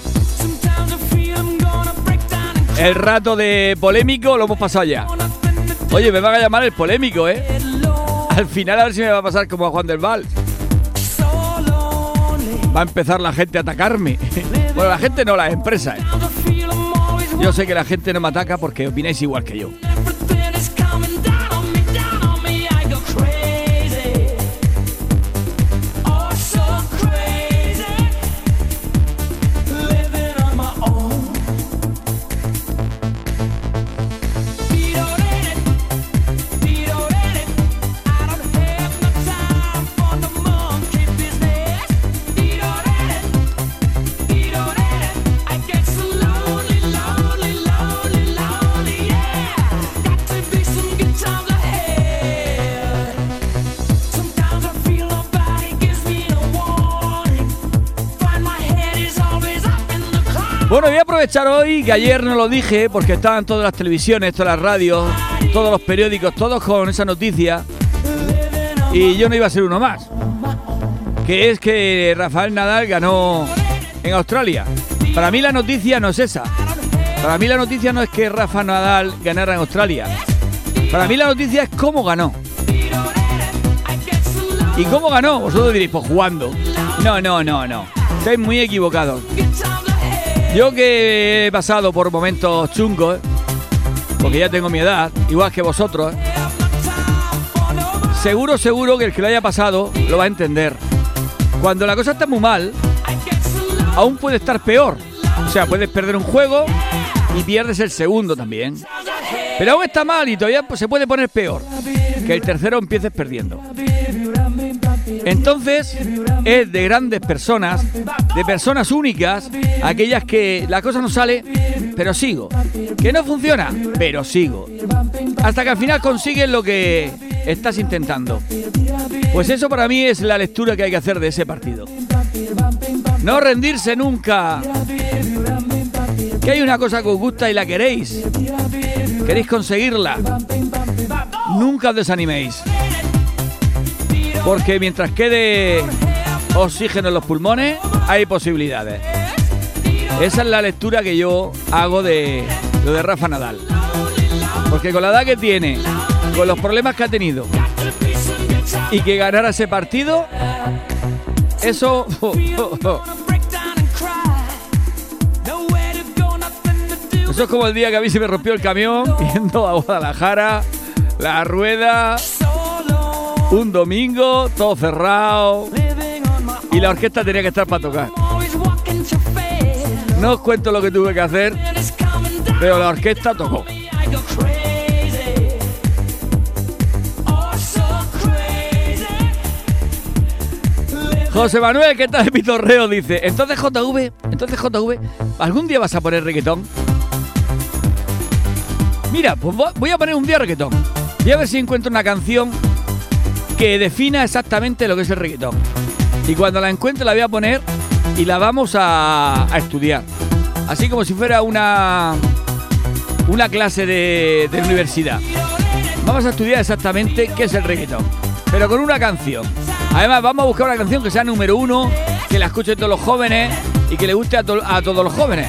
El rato de polémico lo hemos pasado ya. Oye, me van a llamar el polémico, ¿eh? Al final a ver si me va a pasar como a Juan del Val. Va a empezar la gente a atacarme. Bueno, la gente no, las empresas, ¿eh? Yo sé que la gente no me ataca porque opináis igual que yo. Bueno, voy a aprovechar hoy, que ayer no lo dije, porque estaban todas las televisiones, todas las radios, todos los periódicos, todos con esa noticia, y yo no iba a ser uno más, que es que Rafael Nadal ganó en Australia. Para mí la noticia no es esa. Para mí la noticia no es que Rafa Nadal ganara en Australia. Para mí la noticia es cómo ganó. ¿Y cómo ganó? Vosotros diréis, pues jugando. No, no, no, no. Estáis muy equivocados. Yo que he pasado por momentos chungos, porque ya tengo mi edad, igual que vosotros, seguro, seguro que el que lo haya pasado lo va a entender. Cuando la cosa está muy mal, aún puede estar peor. O sea, puedes perder un juego y pierdes el segundo también. Pero aún está mal y todavía se puede poner peor, que el tercero empieces perdiendo. Entonces, es de grandes personas, de personas únicas, aquellas que la cosa no sale, pero sigo. Que no funciona, pero sigo. Hasta que al final consigues lo que estás intentando. Pues eso para mí es la lectura que hay que hacer de ese partido. No rendirse nunca. Que hay una cosa que os gusta y la queréis. Queréis conseguirla. Nunca os desaniméis. Porque mientras quede oxígeno en los pulmones, hay posibilidades. Esa es la lectura que yo hago de lo de Rafa Nadal. Porque con la edad que tiene, con los problemas que ha tenido, y que ganara ese partido, eso... Oh, oh, oh. Eso es como el día que a mí se me rompió el camión yendo a Guadalajara, la rueda, un domingo, todo cerrado, y la orquesta tenía que estar para tocar. No os cuento lo que tuve que hacer, pero la orquesta tocó. José Manuel, ¿qué tal de pitorreo? Dice, entonces J V, entonces J V, ¿algún día vas a poner reggaetón? Mira, pues voy a poner un día reggaetón. Voy a ver si encuentro una canción que defina exactamente lo que es el reggaetón. Y cuando la encuentre la voy a poner y la vamos a, a estudiar. Así como si fuera una, una clase de, de universidad. Vamos a estudiar exactamente qué es el reggaetón, pero con una canción. Además, vamos a buscar una canción que sea número uno, que la escuchen todos los jóvenes y que le guste a, to- a todos los jóvenes.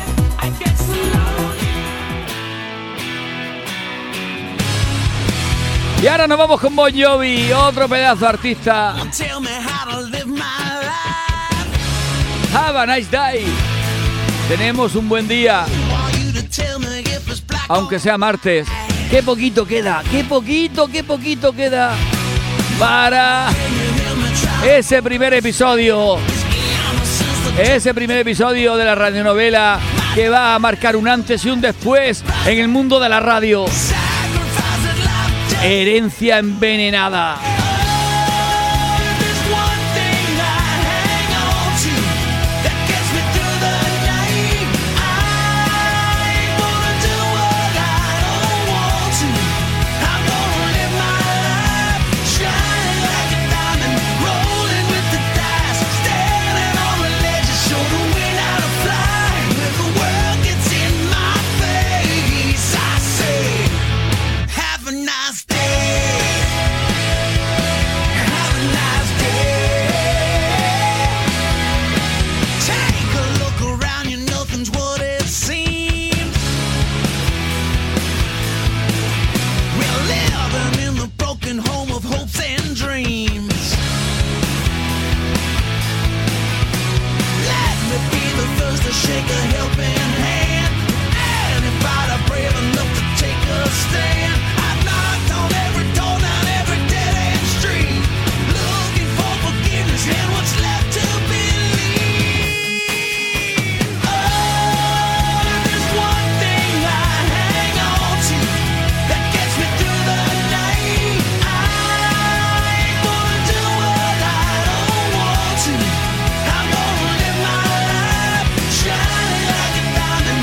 Y ahora nos vamos con Bon Jovi, otro pedazo de artista. Have a nice day. Tenemos un buen día, aunque sea martes. Qué poquito queda, qué poquito, qué poquito queda para ese primer episodio, ese primer episodio de la radionovela que va a marcar un antes y un después en el mundo de la radio. Herencia envenenada. I'm gonna live my life shining like a diamond.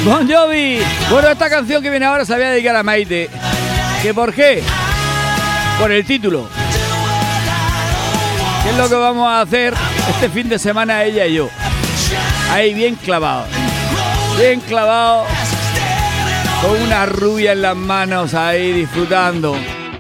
Bon Jovi. Bueno, esta canción que viene ahora se la voy a dedicar a Maite. ¿Que por qué? Por el título. ¿Qué es lo que vamos a hacer este fin de semana ella y yo? Ahí bien clavado. Bien clavado. Con una rubia en las manos ahí disfrutando.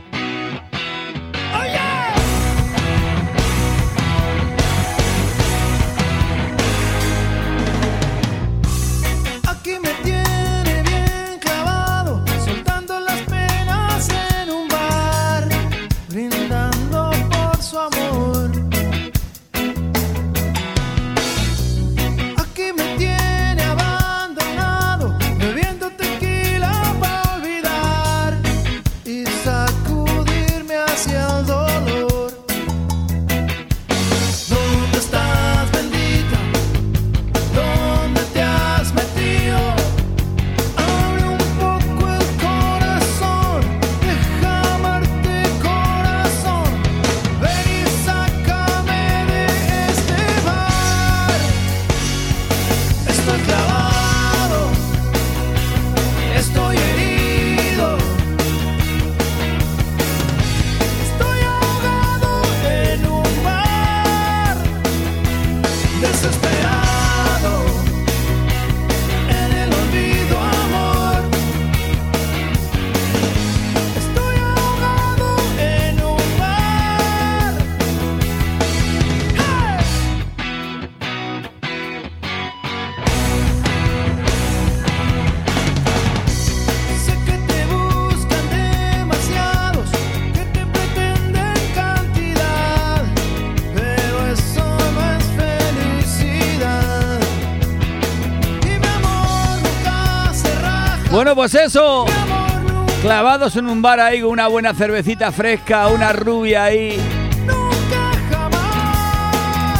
Bueno, pues eso, clavados en un bar ahí con una buena cervecita fresca, una rubia ahí. Nunca jamás.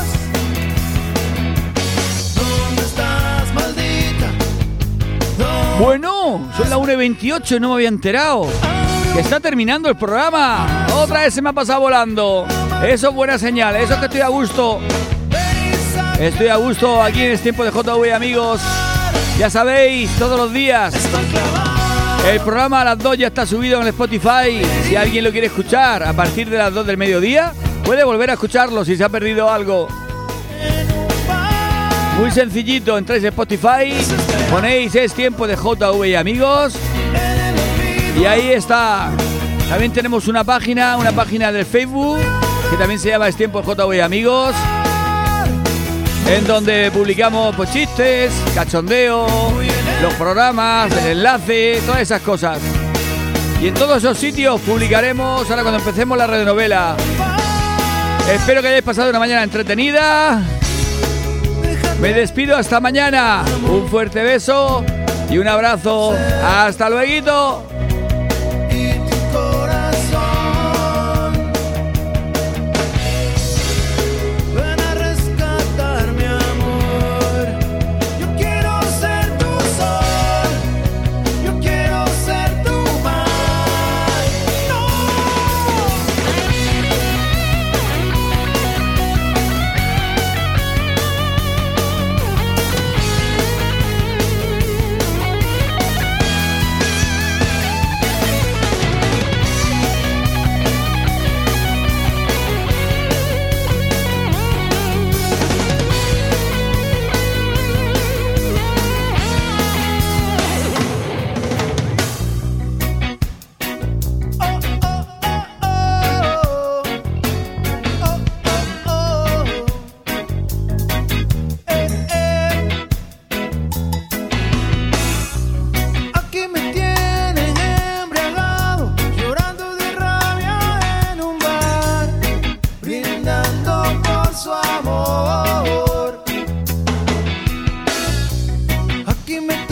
¿Dónde estás, maldita? ¿Dónde Bueno, son las una y veintiocho y no me había enterado. Que está terminando el programa. Otra vez se me ha pasado volando. Eso es buena señal, eso es que estoy a gusto. Estoy a gusto aquí en este tiempo de J V, amigos. Ya sabéis, todos los días el programa a las dos ya está subido en el Spotify. Si alguien lo quiere escuchar a partir de las dos del mediodía, puede volver a escucharlo si se ha perdido algo. Muy sencillito, entráis en Spotify, ponéis Es Tiempo de J V y Amigos y ahí está. También tenemos una página, una página del Facebook que también se llama Es Tiempo de J V y Amigos, en donde publicamos pues, chistes, cachondeo, los programas, el enlace, todas esas cosas. Y en todos esos sitios publicaremos ahora cuando empecemos la radionovela. Espero que hayáis pasado una mañana entretenida. Me despido hasta mañana. Un fuerte beso y un abrazo. Hasta luego. Aquí me